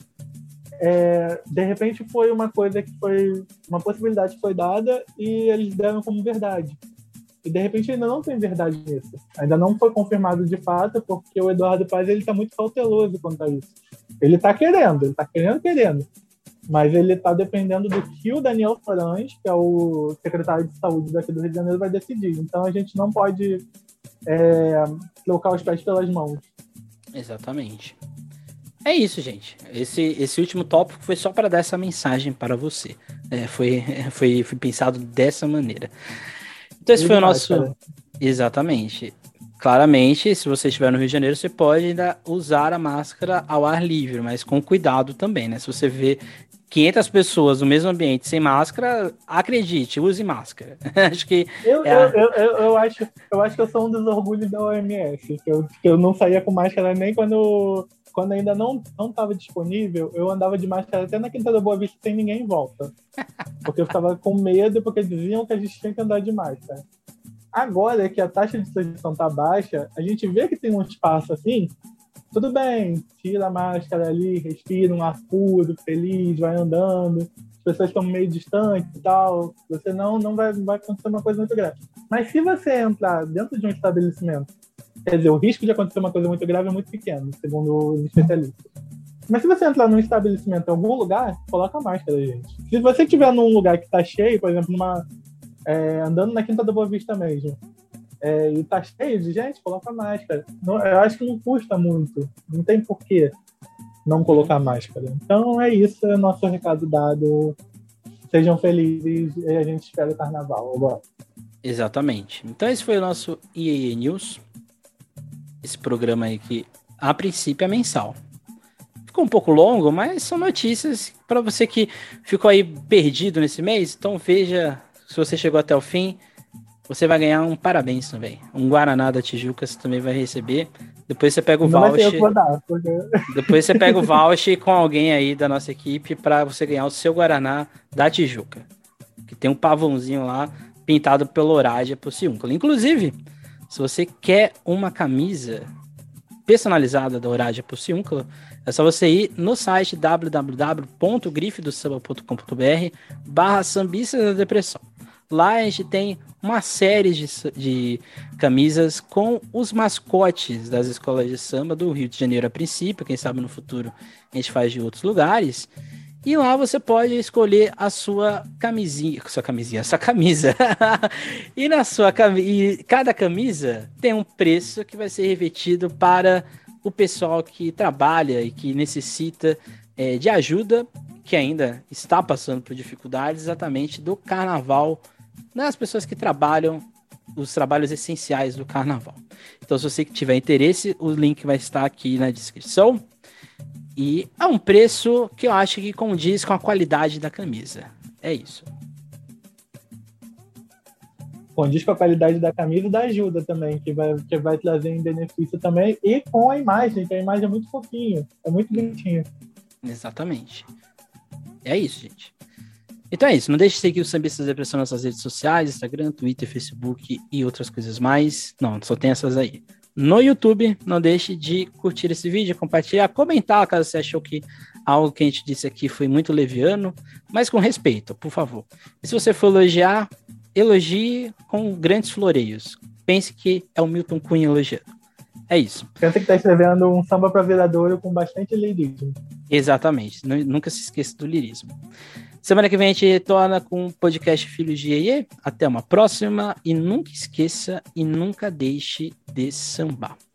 É, de repente foi uma coisa que foi uma possibilidade que foi dada e eles deram como verdade. E de repente ainda não tem verdade nisso. Ainda não foi confirmado de fato, porque o Eduardo Paes está muito cauteloso quanto a isso. Ele está querendo, ele está querendo, querendo. Mas ele está dependendo do que o Daniel Sorange, que é o secretário de saúde daqui do Rio de Janeiro, vai decidir. Então a gente não pode é, trocar os pés pelas mãos. Exatamente. É isso, gente. Esse, esse último tópico foi só para dar essa mensagem para você. É, foi, foi, foi pensado dessa maneira. Então esse foi o nosso... Cara. Exatamente. Claramente, se você estiver no Rio de Janeiro, você pode ainda usar a máscara ao ar livre, mas com cuidado também, né? Se você vê quinhentas pessoas no mesmo ambiente sem máscara, acredite, use máscara. Acho que... Eu, é a... eu, eu, eu, acho, eu acho que eu sou um dos orgulhos da O M S, que eu, que eu não saía com máscara nem quando... Quando ainda não estava disponível, eu andava de máscara até na Quinta da Boa Vista sem ninguém em volta. Porque eu ficava com medo, porque diziam que a gente tinha que andar de máscara. Agora que a taxa de transmissão está baixa, a gente vê que tem um espaço assim, tudo bem, tira a máscara ali, respira um ar puro, feliz, vai andando. as pessoas estão meio distantes e tal, você não, não vai, vai acontecer uma coisa muito grave. Mas se você entrar dentro de um estabelecimento, quer dizer, o risco de acontecer uma coisa muito grave é muito pequeno, segundo os especialistas. Mas se você entrar num estabelecimento em algum lugar, coloca a máscara, gente. Se você estiver num lugar que está cheio, por exemplo, numa, é, andando na Quinta da Boa Vista mesmo, é, e tá cheio de gente, coloca a máscara. Não, eu acho que não custa muito, não tem porquê não colocar máscara. Então é isso, é nosso recado dado. Sejam felizes e a gente espera o carnaval agora. Exatamente. Então esse foi o nosso I A E News. Esse programa aí que, a princípio, é mensal. Ficou um pouco longo, mas são notícias para você que ficou aí perdido nesse mês. Então veja, se você chegou até o fim, você vai ganhar um parabéns também. Um Guaraná da Tijuca você também vai receber. Depois você pega o Não vai ser eu voucher. que vou dar, porque... Depois você pega o voucher com alguém aí da nossa equipe para você ganhar o seu Guaraná da Tijuca. Que tem um pavãozinho lá pintado pelo Horádia Pociúncula. Inclusive, se você quer uma camisa personalizada da Horádia Pociúncula, é só você ir no site w w w ponto grife do samba ponto com ponto b r barra sambistas da depressão. Lá a gente tem uma série de, de camisas com os mascotes das escolas de samba do Rio de Janeiro a princípio, quem sabe no futuro a gente faz de outros lugares. E lá você pode escolher a sua camisinha, sua camisinha, sua camisa. E na sua camisa, cada camisa tem um preço que vai ser revetido para o pessoal que trabalha e que necessita é, de ajuda, que ainda está passando por dificuldades exatamente do carnaval, nas pessoas que trabalham os trabalhos essenciais do carnaval. Então, se você tiver interesse, o link vai estar aqui na descrição. E é um preço que eu acho que condiz com a qualidade da camisa. É isso. Condiz com a qualidade da camisa e da ajuda também, que vai, que vai trazer em benefício também. E com a imagem, que a imagem é muito fofinha, é muito bonitinha. Exatamente. É isso, gente. Então é isso. Não deixe de seguir o Sambistas da Depressão nas suas redes sociais, Instagram, Twitter, Facebook e outras coisas mais. Não, só tem essas aí. No YouTube, não deixe de curtir esse vídeo, compartilhar, comentar caso você achou que algo que a gente disse aqui foi muito leviano, mas com respeito, por favor. E se você for elogiar, elogie com grandes floreios. Pense que é o Milton Cunha elogiando. É isso. Pensa que está escrevendo um samba para viradouro com bastante lirismo. Exatamente. Nunca se esqueça do lirismo. Semana que vem a gente retorna com o podcast Filhos de Iê. Até uma próxima e nunca esqueça e nunca deixe de sambar.